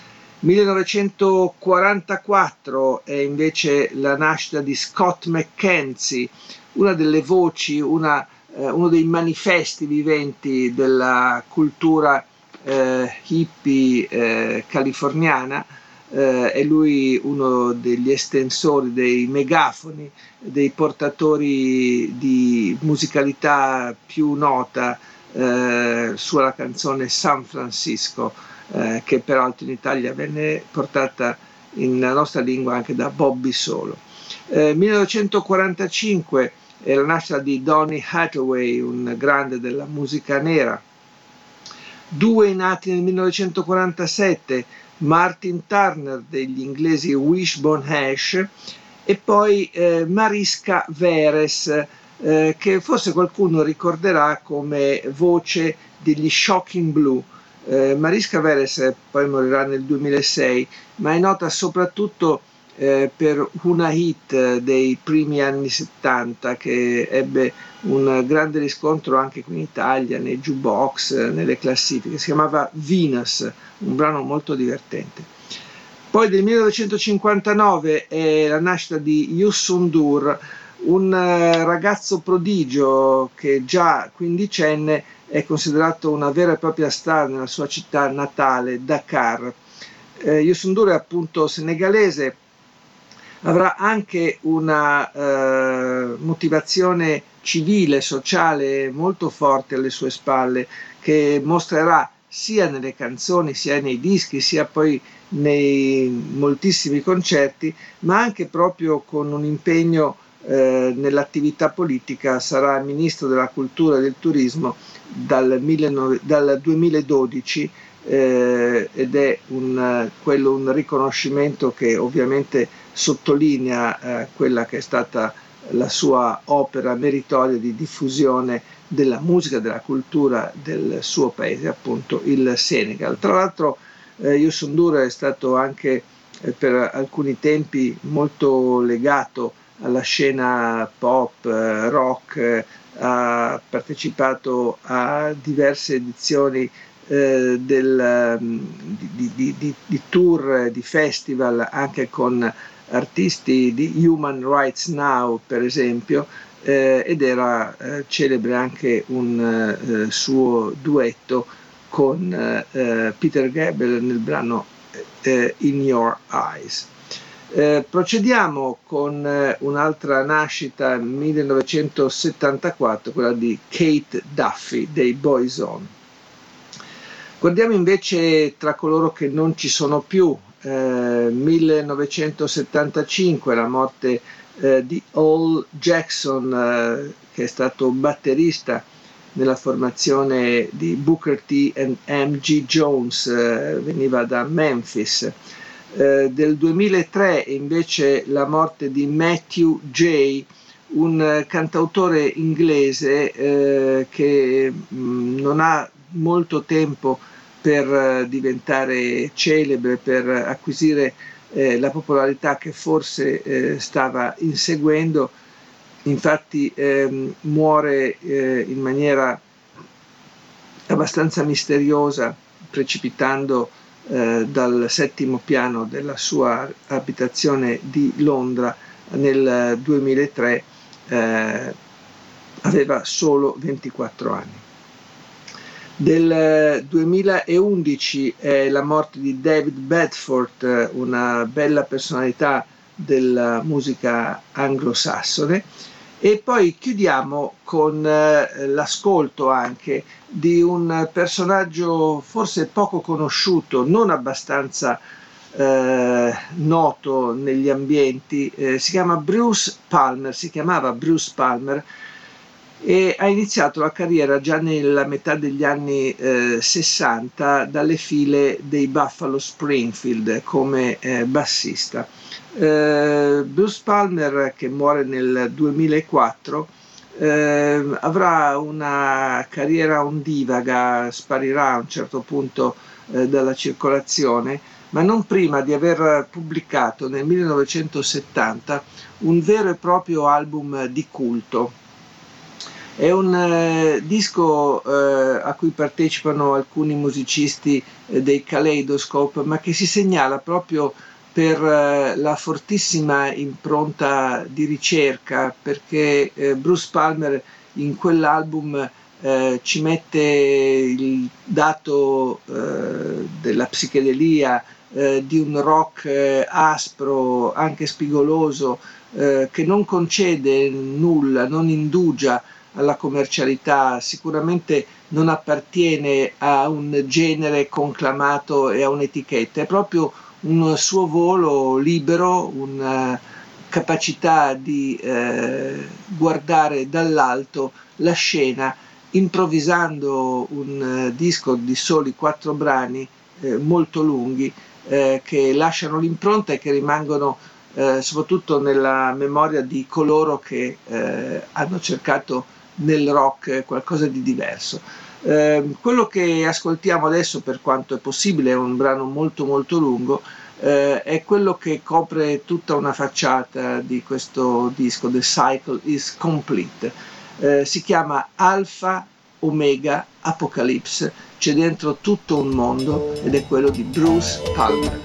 millenovecentoquarantaquattro è invece la nascita di Scott McKenzie, una delle voci, una, eh, uno dei manifesti viventi della cultura eh, hippie eh, californiana. Eh, è lui uno degli estensori, dei megafoni, dei portatori di musicalità più nota eh, sulla canzone San Francisco, eh, che peraltro in Italia venne portata nella nostra lingua anche da Bobby Solo. Eh, millenovecentoquarantacinque è la nascita di Donny Hathaway, un grande della musica nera. Due nati nel millenovecentoquarantasette, Martin Turner degli inglesi Wishbone Ash e poi eh, Mariska Veres, eh, che forse qualcuno ricorderà come voce degli Shocking Blue. Eh, Mariska Veres poi morirà nel duemilasei, ma è nota soprattutto eh, per una hit dei primi anni settanta che ebbe un grande riscontro anche qui in Italia, nei jukebox, nelle classifiche. Si chiamava Venus, un brano molto divertente. Poi del millenovecentocinquantanove è la nascita di Youssou N'Dour, un ragazzo prodigio che già quindicenne è considerato una vera e propria star nella sua città natale, Dakar. Eh, Youssou N'Dour è appunto senegalese, avrà anche una eh, motivazione civile, sociale molto forte alle sue spalle, che mostrerà sia nelle canzoni, sia nei dischi, sia poi nei moltissimi concerti, ma anche proprio con un impegno eh, nell'attività politica. Sarà ministro della cultura e del turismo dal, millenovecento, dal duemiladodici eh, ed è un, quello, un riconoscimento che ovviamente sottolinea eh, quella che è stata la sua opera meritoria di diffusione della musica, della cultura del suo paese, appunto il Senegal. Tra l'altro eh, Youssou N'Dour è stato anche eh, per alcuni tempi molto legato alla scena pop, eh, rock, eh, ha partecipato a diverse edizioni eh, del, di, di, di, di tour, di festival, anche con artisti di Human Rights Now, per esempio, eh, ed era eh, celebre anche un eh, suo duetto con eh, Peter Gabriel nel brano eh, In Your Eyes. Eh, procediamo con eh, un'altra nascita, millenovecentosettantaquattro, quella di Kate Duffy dei Boyzone. Guardiamo invece tra coloro che non ci sono più. Eh, millenovecentosettantacinque, la morte eh, di Al Jackson, eh, che è stato batterista nella formazione di Booker T e M G Jones, eh, veniva da Memphis. Eh, del duemilatré invece la morte di Matthew J., un cantautore inglese eh, che mh, non ha molto tempo per diventare celebre, per acquisire eh, la popolarità che forse eh, stava inseguendo. Infatti ehm, muore eh, in maniera abbastanza misteriosa, precipitando eh, dal settimo piano della sua abitazione di Londra nel duemilatré, eh, aveva solo ventiquattro anni. Del duemilaundici è la morte di David Bedford, una bella personalità della musica anglosassone, e poi chiudiamo con eh, l'ascolto anche di un personaggio forse poco conosciuto, non abbastanza eh, noto negli ambienti, eh, si chiama Bruce Palmer, si chiamava Bruce Palmer, e ha iniziato la carriera già nella metà degli anni eh, sessanta dalle file dei Buffalo Springfield come eh, bassista. Eh, Bruce Palmer, che muore nel duemilaquattro, eh, avrà una carriera ondivaga, sparirà a un certo punto eh, dalla circolazione, ma non prima di aver pubblicato nel millenovecentosettanta un vero e proprio album di culto. È un eh, disco eh, a cui partecipano alcuni musicisti eh, dei Kaleidoscope, ma che si segnala proprio per eh, la fortissima impronta di ricerca, perché eh, Bruce Palmer in quell'album eh, ci mette il dato eh, della psichedelia, eh, di un rock eh, aspro, anche spigoloso, eh, che non concede nulla, non indugia alla commercialità, sicuramente non appartiene a un genere conclamato e a un'etichetta, è proprio un suo volo libero, una capacità di eh, guardare dall'alto la scena, improvvisando un eh, disco di soli quattro brani eh, molto lunghi eh, che lasciano l'impronta e che rimangono eh, soprattutto nella memoria di coloro che eh, hanno cercato nel rock qualcosa di diverso. Eh, quello che ascoltiamo adesso, per quanto è possibile, è un brano molto molto lungo, eh, è quello che copre tutta una facciata di questo disco, The Cycle is Complete. Eh, si chiama Alpha Omega Apocalypse, c'è dentro tutto un mondo ed è quello di Bruce Palmer.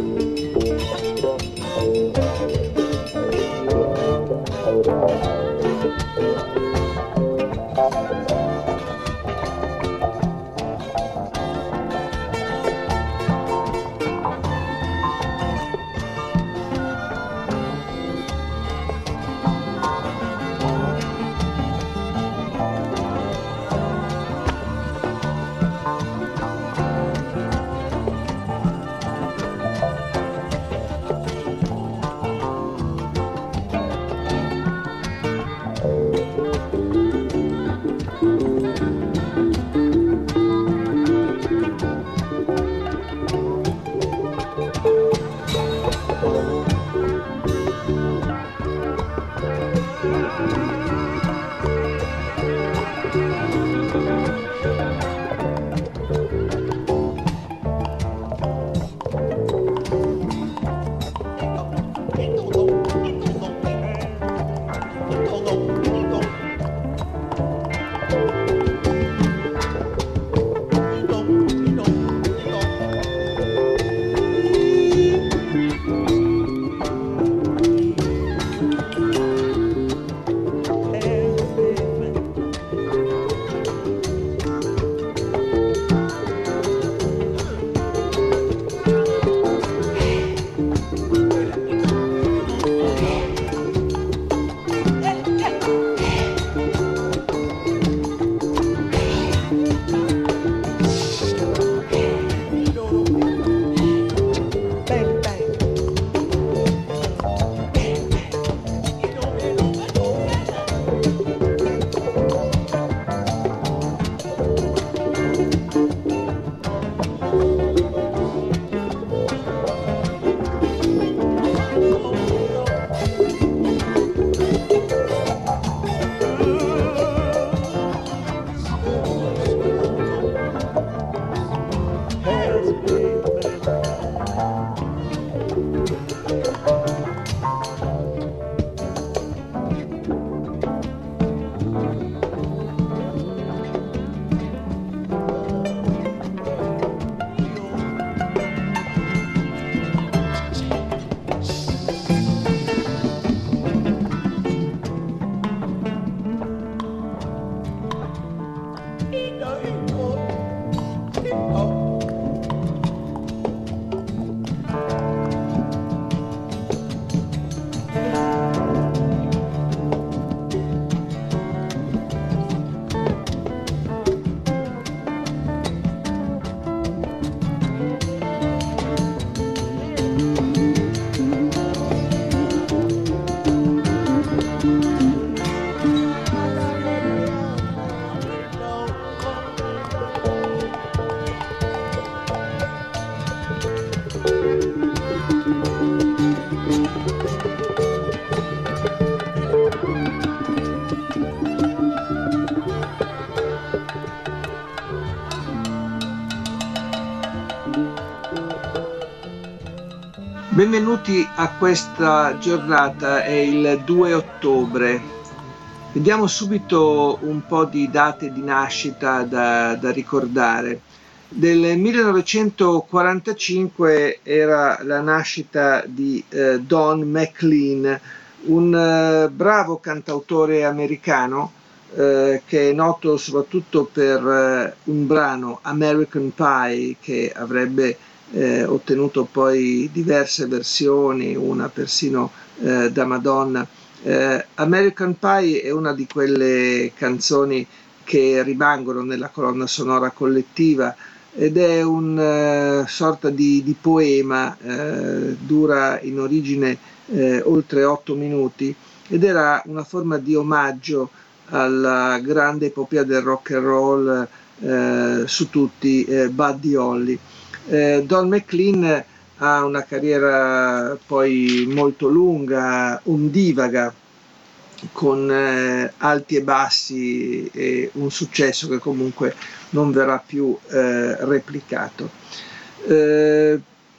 Benvenuti a questa giornata, è il due ottobre. Vediamo subito un po' di date di nascita da, da ricordare. Del millenovecentoquarantacinque era la nascita di eh, Don McLean, un eh, bravo cantautore americano eh, che è noto soprattutto per eh, un brano, American Pie, che avrebbe eh, ottenuto poi diverse versioni, una persino eh, da Madonna. Eh, American Pie è una di quelle canzoni che rimangono nella colonna sonora collettiva ed è una uh, sorta di, di poema, eh, dura in origine eh, oltre otto minuti ed era una forma di omaggio alla grande epopea del rock and roll, eh, su tutti, eh, Buddy Holly. Eh, Don McLean ha una carriera poi molto lunga, ondivaga, con eh, alti e bassi e un successo che comunque non verrà più eh, replicato. Eh,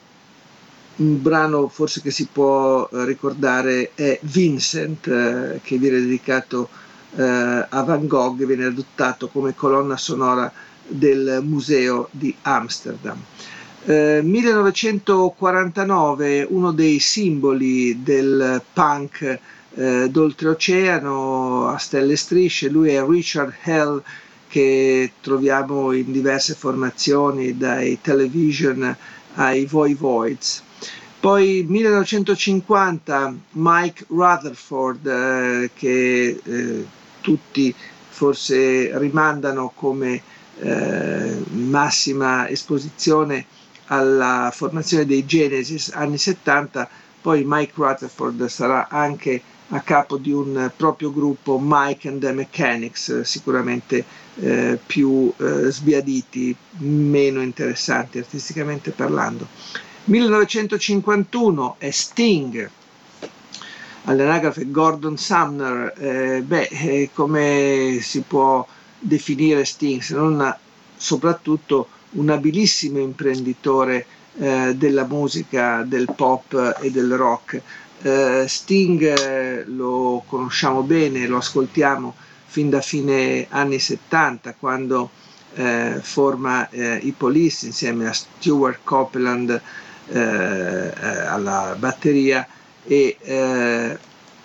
un brano forse che si può ricordare è Vincent, eh, che viene dedicato eh, a Van Gogh, viene adottato come colonna sonora del museo di Amsterdam. Eh, millenovecentoquarantanove, uno dei simboli del punk eh, d'oltreoceano a stelle e strisce, lui è Richard Hell, che troviamo in diverse formazioni, dai Television ai Voivoids. Poi millenovecentocinquanta Mike Rutherford, eh, che eh, tutti forse rimandano come eh, massima esposizione alla formazione dei Genesis anni settanta, poi Mike Rutherford sarà anche a capo di un proprio gruppo, Mike and the Mechanics, sicuramente eh, più eh, sbiaditi, meno interessanti artisticamente parlando. millenovecentocinquantuno è Sting, all'anagrafe Gordon Sumner. Eh, beh, eh, come si può definire Sting se non una, soprattutto un abilissimo imprenditore eh, della musica, del pop e del rock. Eh, Sting eh, lo conosciamo bene, lo ascoltiamo fin da fine anni settanta, quando eh, forma eh, i Police insieme a Stuart Copeland eh, eh, alla batteria e, eh,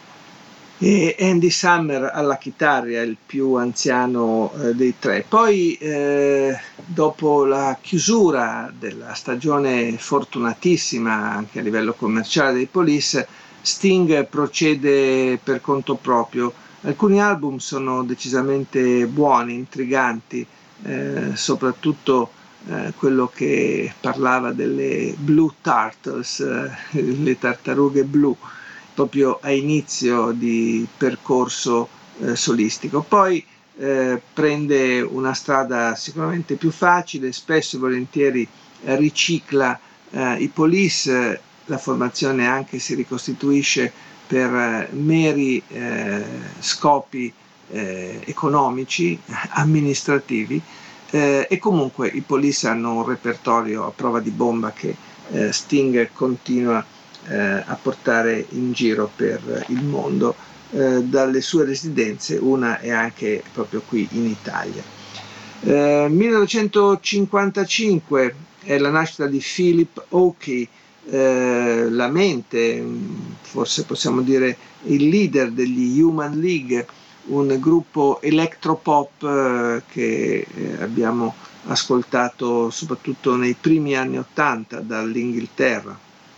e Andy Summer alla chitarra, il più anziano eh, dei tre. Poi eh, dopo la chiusura della stagione fortunatissima anche a livello commerciale dei Police, Sting procede per conto proprio. Alcuni album sono decisamente buoni, intriganti, eh, soprattutto eh, quello che parlava delle Blue Turtles, eh, le tartarughe blu, proprio a inizio di percorso eh, solistico. Poi eh, prende una strada sicuramente più facile, spesso e volentieri eh, ricicla eh, i Police, la formazione anche si ricostituisce per eh, meri eh, scopi eh, economici, amministrativi, eh, e comunque i Police hanno un repertorio a prova di bomba che eh, Sting continua eh, a portare in giro per il mondo eh, dalle sue residenze, una è anche proprio qui in Italia. Eh, millenovecentocinquantacinque è la nascita di Philip Oakey, eh, la mente, forse possiamo dire il leader degli Human League, un gruppo electropop eh, che eh, abbiamo ascoltato soprattutto nei primi anni Ottanta dall'Inghilterra.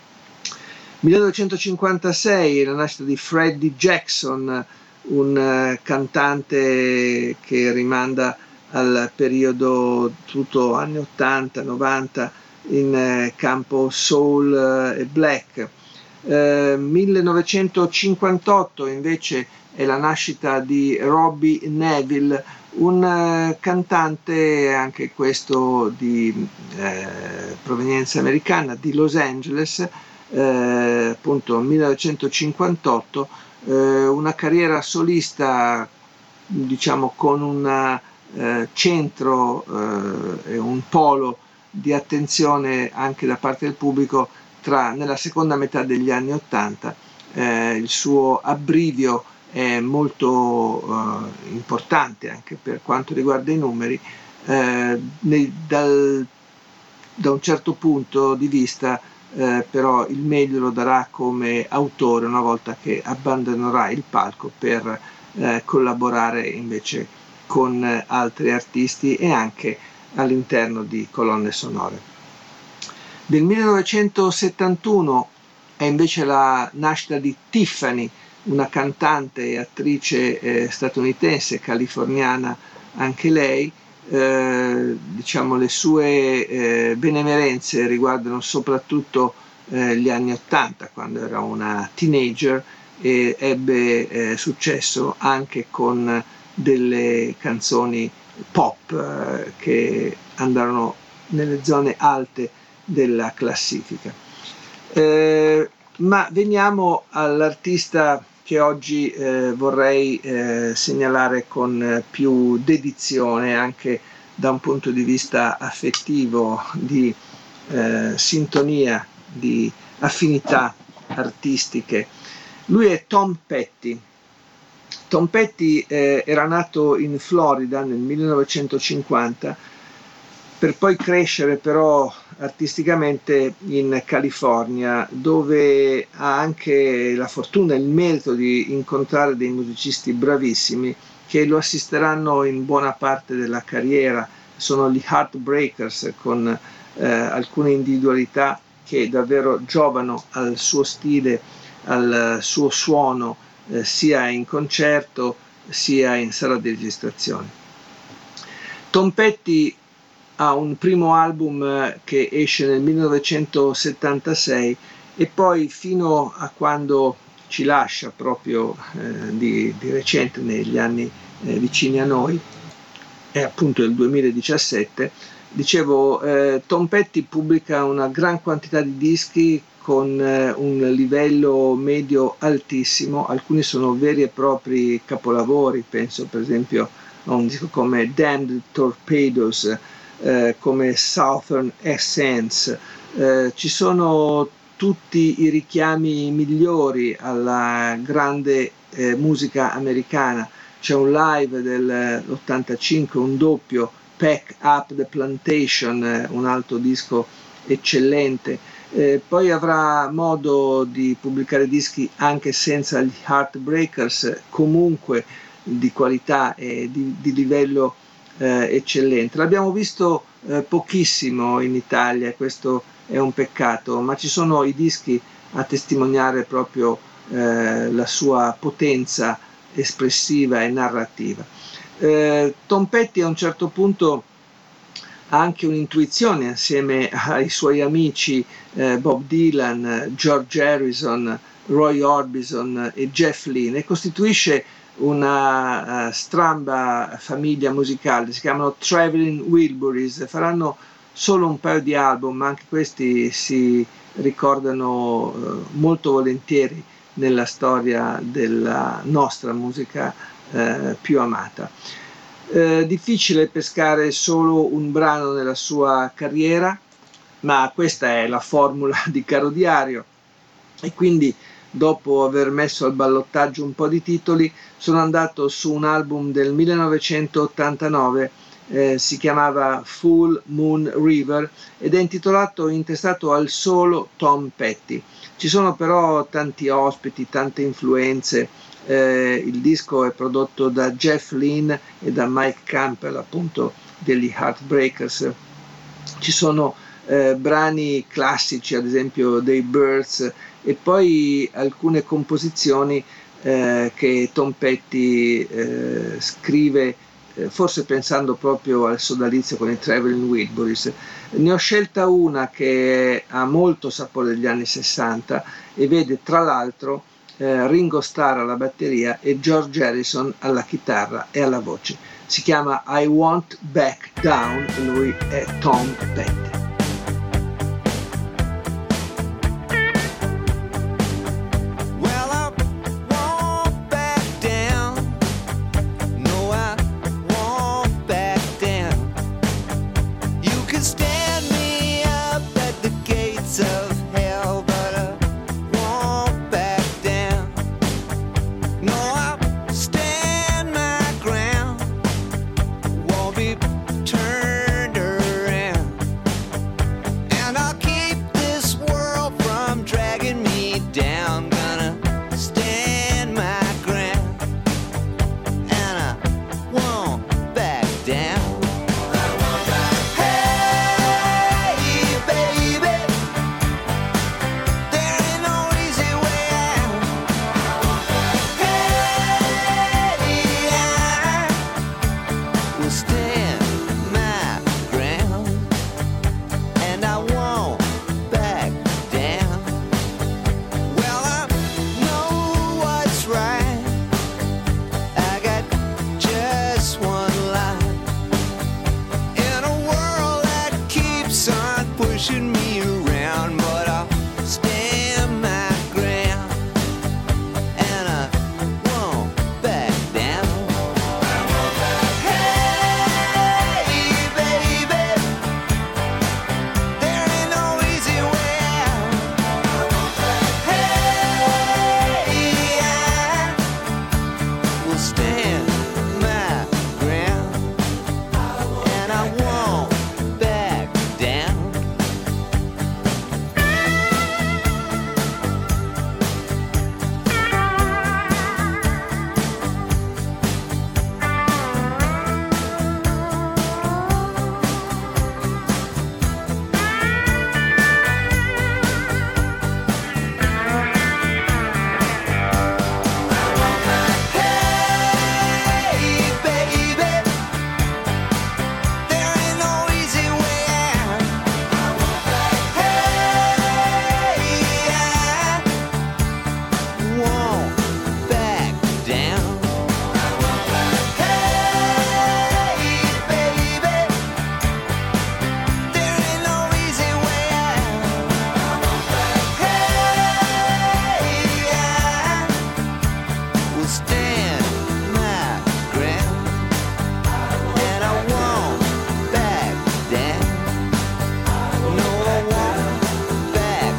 millenovecentocinquantasei è la nascita di Freddie Jackson, un uh, cantante che rimanda al periodo tutto anni ottanta novanta in eh, campo soul eh, e black. Eh, millenovecentocinquantotto invece è la nascita di Robbie Neville, un eh, cantante anche questo di eh, provenienza americana, di Los Angeles, eh, appunto millenovecentocinquantotto, eh, una carriera solista diciamo con un eh, centro eh, e un polo di attenzione anche da parte del pubblico tra, nella seconda metà degli anni ottanta. Eh, il suo abbrivio è molto eh, importante anche per quanto riguarda i numeri. Eh, nei, dal, da un certo punto di vista eh, però il meglio lo darà come autore una volta che abbandonerà il palco per eh, collaborare invece con eh, altri artisti e anche all'interno di colonne sonore. Del millenovecentosettantuno è invece la nascita di Tiffany, una cantante e attrice eh, statunitense, californiana anche lei. Eh, diciamo le sue eh, benemerenze riguardano soprattutto eh, gli anni ottanta, quando era una teenager e ebbe eh, successo anche con delle canzoni pop eh, che andarono nelle zone alte della classifica. Eh, ma veniamo all'artista che oggi eh, vorrei eh, segnalare con eh, più dedizione, anche da un punto di vista affettivo, di eh, sintonia, di affinità artistiche. Lui è Tom Petty. Tom Petty eh, era nato in Florida nel millenovecentocinquanta, per poi crescere però artisticamente in California, dove ha anche la fortuna e il merito di incontrare dei musicisti bravissimi che lo assisteranno in buona parte della carriera. Sono gli Heartbreakers, con eh, alcune individualità che davvero giovano al suo stile, al suo suono, eh, sia in concerto sia in sala di registrazione. Tom Petty ha un primo album che esce nel millenovecentosettantasei e poi fino a quando ci lascia proprio eh, di, di recente, negli anni eh, vicini a noi, è appunto il duemiladiciassette. Dicevo, eh, Tom Petty pubblica una gran quantità di dischi con eh, un livello medio altissimo. Alcuni sono veri e propri capolavori, penso per esempio a un disco come Damned Torpedoes, Eh, come Southern Essence. Eh, ci sono tutti i richiami migliori alla grande eh, musica americana. C'è un live dell'ottantacinque, un doppio, Pack Up the Plantation, eh, un altro disco eccellente. Eh, poi avrà modo di pubblicare dischi anche senza gli Heartbreakers, comunque di qualità e di, di livello Eh, eccellente. L'abbiamo visto eh, pochissimo in Italia e questo è un peccato, ma ci sono i dischi a testimoniare proprio eh, la sua potenza espressiva e narrativa. Eh, Tom Petty a un certo punto ha anche un'intuizione insieme ai suoi amici eh, Bob Dylan, George Harrison, Roy Orbison e Jeff Lynne, e costituisce una uh, stramba famiglia musicale. Si chiamano Traveling Wilburys, faranno solo un paio di album, ma anche questi si ricordano uh, molto volentieri nella storia della nostra musica uh, più amata. Uh, difficile pescare solo un brano nella sua carriera, ma questa è la formula di Caro Diario, e quindi dopo aver messo al ballottaggio un po' di titoli sono andato su un album del millenovecentottantanove, eh, si chiamava Full Moon River ed è intitolato, intestato al solo Tom Petty. Ci sono però tanti ospiti, tante influenze. Eh, il disco è prodotto da Jeff Lynne e da Mike Campbell, appunto degli Heartbreakers. Ci sono eh, brani classici, ad esempio dei Byrds, e poi alcune composizioni eh, che Tom Petty eh, scrive eh, forse pensando proprio al sodalizio con i Traveling Wilburys. Ne ho scelta una che ha molto sapore degli anni sessanta e vede tra l'altro eh, Ringo Starr alla batteria e George Harrison alla chitarra e alla voce. Si chiama I Won't Back Down e lui è Tom Petty. Stand me up at the gates of hell.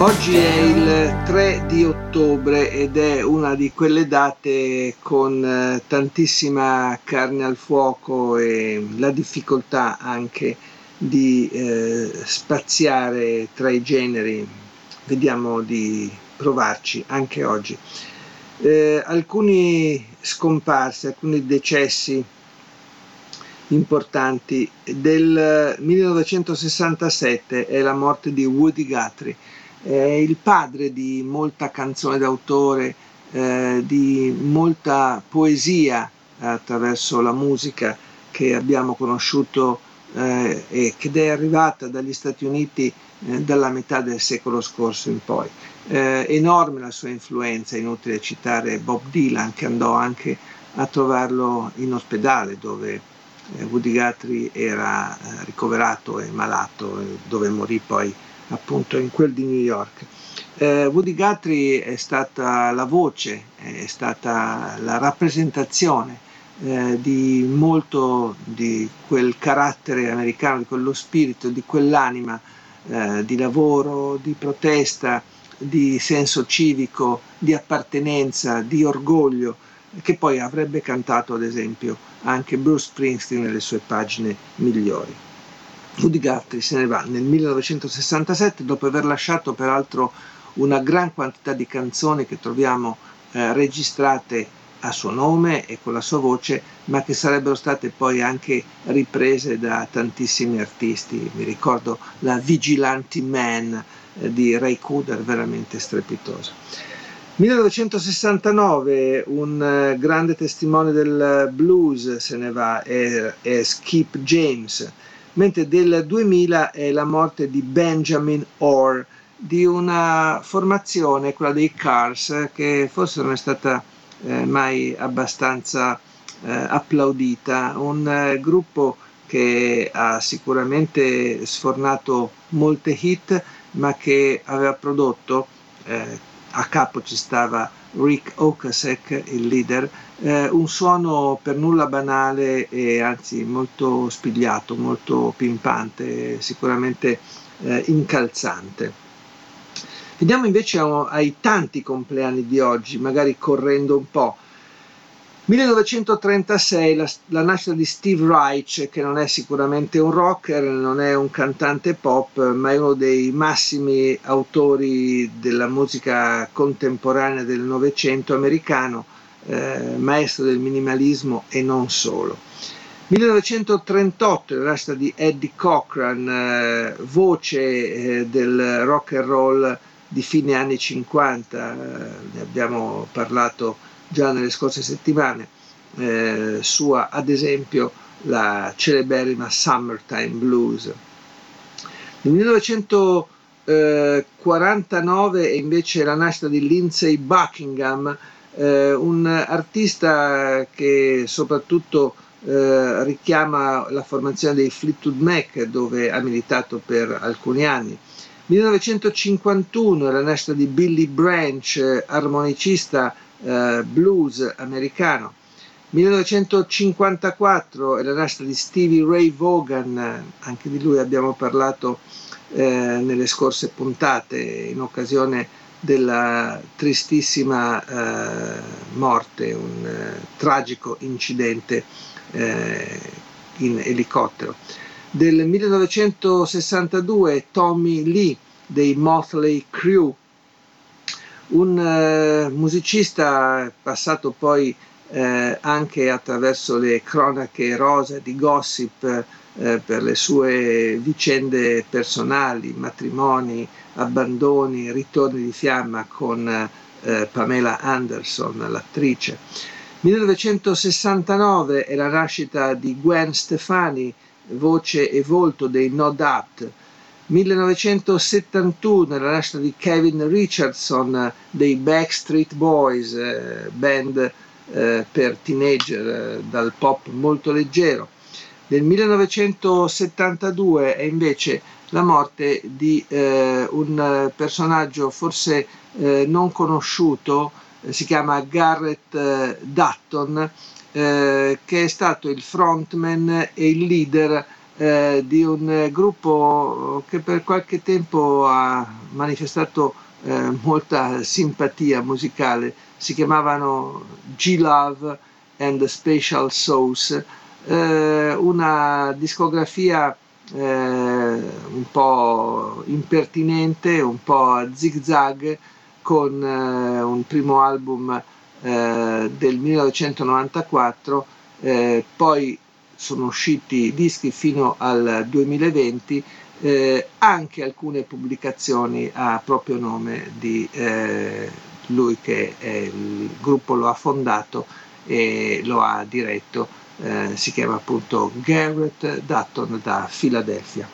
Oggi è il tre di ottobre ed è una di quelle date con eh, tantissima carne al fuoco e la difficoltà anche di eh, spaziare tra i generi. Vediamo di provarci anche oggi. Eh, alcuni scomparsi, alcuni decessi importanti. Del millenovecentosessantasette è la morte di Woody Guthrie. È il padre di molta canzone d'autore, eh, di molta poesia attraverso la musica che abbiamo conosciuto eh, e che è arrivata dagli Stati Uniti eh, dalla metà del secolo scorso in poi. Eh, enorme la sua influenza, inutile citare Bob Dylan, che andò anche a trovarlo in ospedale dove eh, Woody Guthrie era eh, ricoverato e malato, eh, dove morì poi appunto in quel di New York. Eh, Woody Guthrie è stata la voce, è stata la rappresentazione eh, di molto di quel carattere americano, di quello spirito, di quell'anima eh, di lavoro, di protesta, di senso civico, di appartenenza, di orgoglio, che poi avrebbe cantato ad esempio anche Bruce Springsteen nelle sue pagine migliori. Woody Guthrie se ne va nel millenovecentosessantasette dopo aver lasciato peraltro una gran quantità di canzoni che troviamo eh, registrate a suo nome e con la sua voce, ma che sarebbero state poi anche riprese da tantissimi artisti. Mi ricordo la Vigilante Man eh, di Ray Cooder, veramente strepitosa. millenovecentosessantanove, un eh, grande testimone del blues se ne va, è, è Skip James, mentre del duemila è la morte di Benjamin Orr, di una formazione, quella dei Cars, che forse non è stata eh, mai abbastanza eh, applaudita, un eh, gruppo che ha sicuramente sfornato molte hit, ma che aveva prodotto, eh, a capo ci stava Rick Ocasek, il leader, eh, un suono per nulla banale e anzi molto spigliato, molto pimpante, sicuramente eh, incalzante. Vediamo invece ai tanti compleanni di oggi, magari correndo un po'. millenovecentotrentasei, la, la nascita di Steve Reich, che non è sicuramente un rocker, non è un cantante pop, ma è uno dei massimi autori della musica contemporanea del Novecento americano, eh, maestro del minimalismo e non solo. millenovecentotrentotto, la nascita di Eddie Cochran, eh, voce eh, del rock and roll di fine anni cinquanta, eh, ne abbiamo parlato già nelle scorse settimane, eh, sua ad esempio la celeberrima Summertime Blues. Nel millenovecentoquarantanove è invece la nascita di Lindsey Buckingham, eh, un artista che soprattutto eh, richiama la formazione dei Fleetwood Mac, dove ha militato per alcuni anni. millenovecentocinquantuno è la nascita di Billy Branch, armonicista eh, blues americano. millenovecentocinquantaquattro è la nascita di Stevie Ray Vaughan, anche di lui abbiamo parlato eh, nelle scorse puntate in occasione della tristissima eh, morte, un eh, tragico incidente eh, in elicottero. Del millenovecentosessantadue Tommy Lee dei Motley Crue, un eh, musicista passato poi eh, anche attraverso le cronache rosa di gossip eh, per le sue vicende personali, matrimoni, abbandoni, ritorni di fiamma con eh, Pamela Anderson, l'attrice. millenovecentosessantanove è la nascita di Gwen Stefani, voce e volto dei No Doubt. millenovecentosettantuno è la nascita di Kevin Richardson dei Backstreet Boys, eh, band eh, per teenager eh, dal pop molto leggero. Nel millenovecentosettantadue è invece la morte di eh, un personaggio forse eh, non conosciuto, eh, si chiama Garrett eh, Dutton, eh, che è stato il frontman e il leader eh, di un eh, gruppo che per qualche tempo ha manifestato eh, molta simpatia musicale. Si chiamavano G-Love and the Special Sauce, eh, una discografia eh, un po' impertinente, un po' a zig-zag, con eh, un primo album eh, del millenovecentonovantaquattro, eh, poi sono usciti dischi fino al duemilaventi, eh, anche alcune pubblicazioni a proprio nome di eh, lui che è il gruppo lo ha fondato e lo ha diretto, eh, si chiama appunto Garrett Dutton da Filadelfia.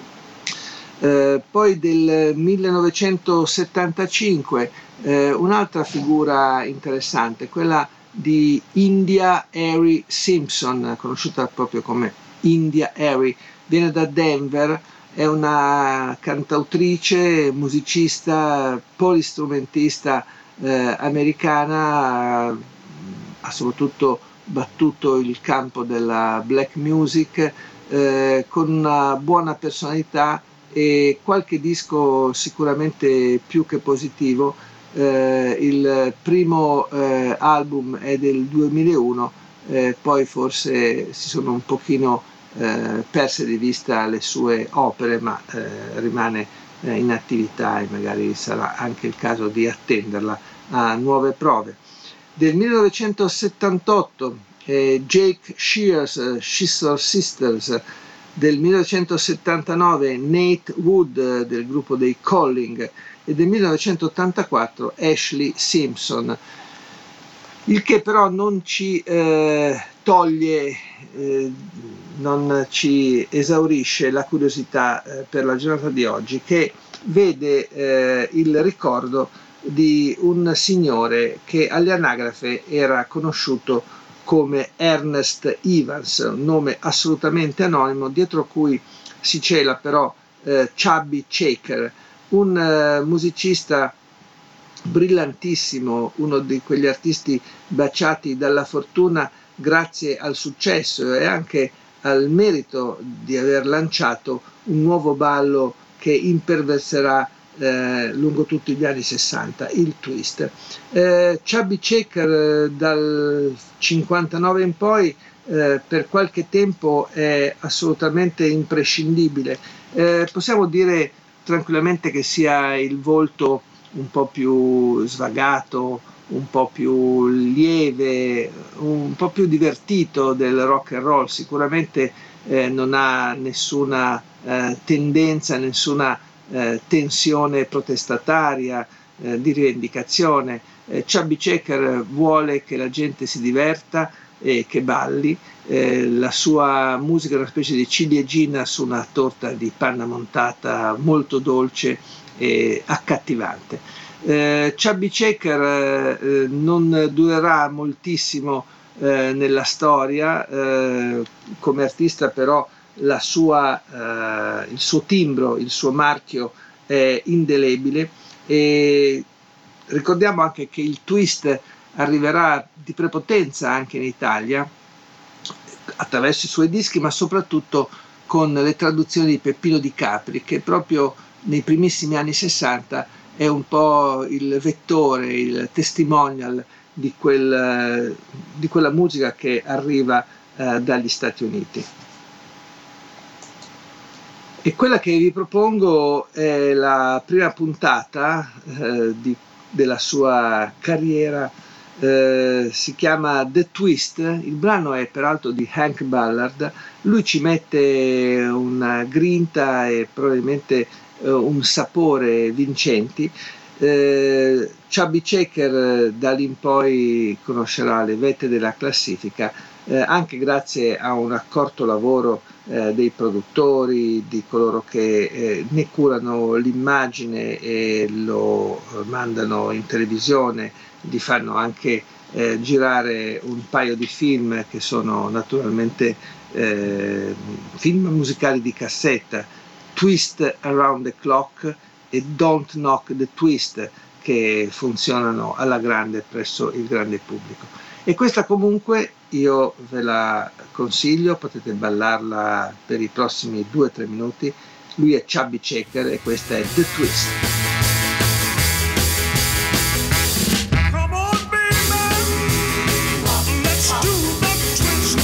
Eh, poi del millenovecentosettantacinque eh, un'altra figura interessante, quella di India Arie Simpson, conosciuta proprio come India Arie, viene da Denver, è una cantautrice, musicista, polistrumentista eh, americana, ha soprattutto battuto il campo della black music, eh, con una buona personalità e qualche disco sicuramente più che positivo. Eh, il primo eh, album è del duemilauno, eh, poi forse si sono un pochino eh, perse di vista le sue opere, ma eh, rimane eh, in attività e magari sarà anche il caso di attenderla a nuove prove. Del millenovecentosettantotto eh, Jake Shears, eh, Scissor Sisters. Del millenovecentosettantanove Nate Wood del gruppo dei Calling e del millenovecentottantaquattro Ashley Simpson, il che però non ci eh, toglie, eh, non ci esaurisce la curiosità eh, per la giornata di oggi, che vede eh, il ricordo di un signore che alle anagrafe era conosciuto come Ernest Evans, un nome assolutamente anonimo, dietro cui si cela però eh, Chubby Checker, un eh, musicista brillantissimo, uno di quegli artisti baciati dalla fortuna grazie al successo e anche al merito di aver lanciato un nuovo ballo che imperverserà Eh, lungo tutti gli anni sessanta, il twist. Eh, Chubby Checker eh, dal cinquantanove in poi eh, per qualche tempo è assolutamente imprescindibile. Eh, possiamo dire tranquillamente che sia il volto un po' più svagato, un po' più lieve, un po' più divertito del rock and roll. Sicuramente eh, non ha nessuna eh, tendenza, nessuna Eh, tensione protestataria, eh, di rivendicazione. Eh, Chubby Checker vuole che la gente si diverta e che balli. Eh, la sua musica è una specie di ciliegina su una torta di panna montata molto dolce e accattivante. Eh, Chubby Checker eh, non durerà moltissimo eh, nella storia, eh, come artista però la sua, eh, il suo timbro, il suo marchio è indelebile, e ricordiamo anche che il twist arriverà di prepotenza anche in Italia attraverso i suoi dischi, ma soprattutto con le traduzioni di Peppino Di Capri, che proprio nei primissimi anni sessanta è un po' il vettore, il testimonial di, quel, di quella musica che arriva eh, dagli Stati Uniti. E quella che vi propongo è la prima puntata eh, di, della sua carriera, eh, si chiama The Twist, il brano è peraltro di Hank Ballard, lui ci mette una grinta e probabilmente eh, un sapore vincenti. Eh, Chubby Checker da lì in poi conoscerà le vette della classifica, eh, anche grazie a un accorto lavoro Eh, dei produttori, di coloro che eh, ne curano l'immagine e lo eh, mandano in televisione, gli fanno anche eh, girare un paio di film che sono naturalmente eh, film musicali di cassetta, Twist Around the Clock e Don't Knock the Twist, che funzionano alla grande presso il grande pubblico. E questa comunque io ve la consiglio, potete ballarla per i prossimi due o tre minuti. Lui è Chubby Checker e questa è The Twist. Come on, baby, let's do the twist.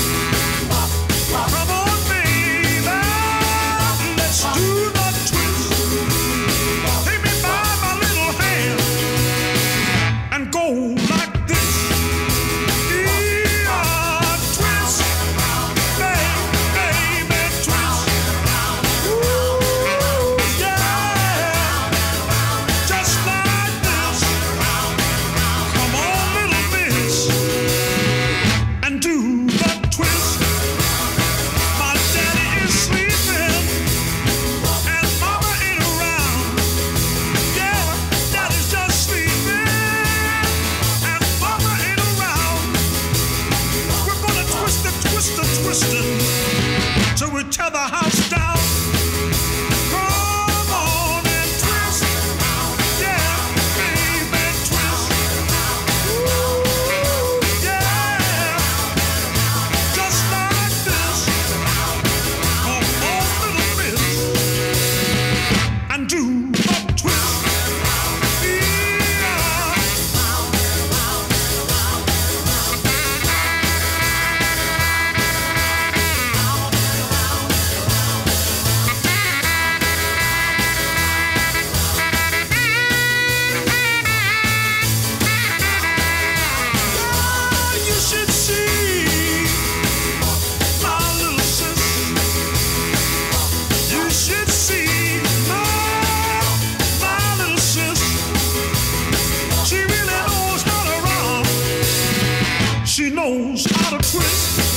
Come on, baby, let's do the twist. Take me by my little hand and go like this. Yeah, twist, baby, baby, twist. Ooh, yeah, just like this. Come on, little miss, and do the twist. My daddy is sleeping and mama ain't around. Yeah, daddy's just sleeping and mama ain't around. We're gonna twist it, twist it, twist it till we tear the house down. Come on and twist, yeah, baby, twist. Ooh, yeah, just like this. Come on, little miss, and do the twist. Yeah. You should see my little sis. You should see my my little sis. She really knows how to rock. She knows how to twist.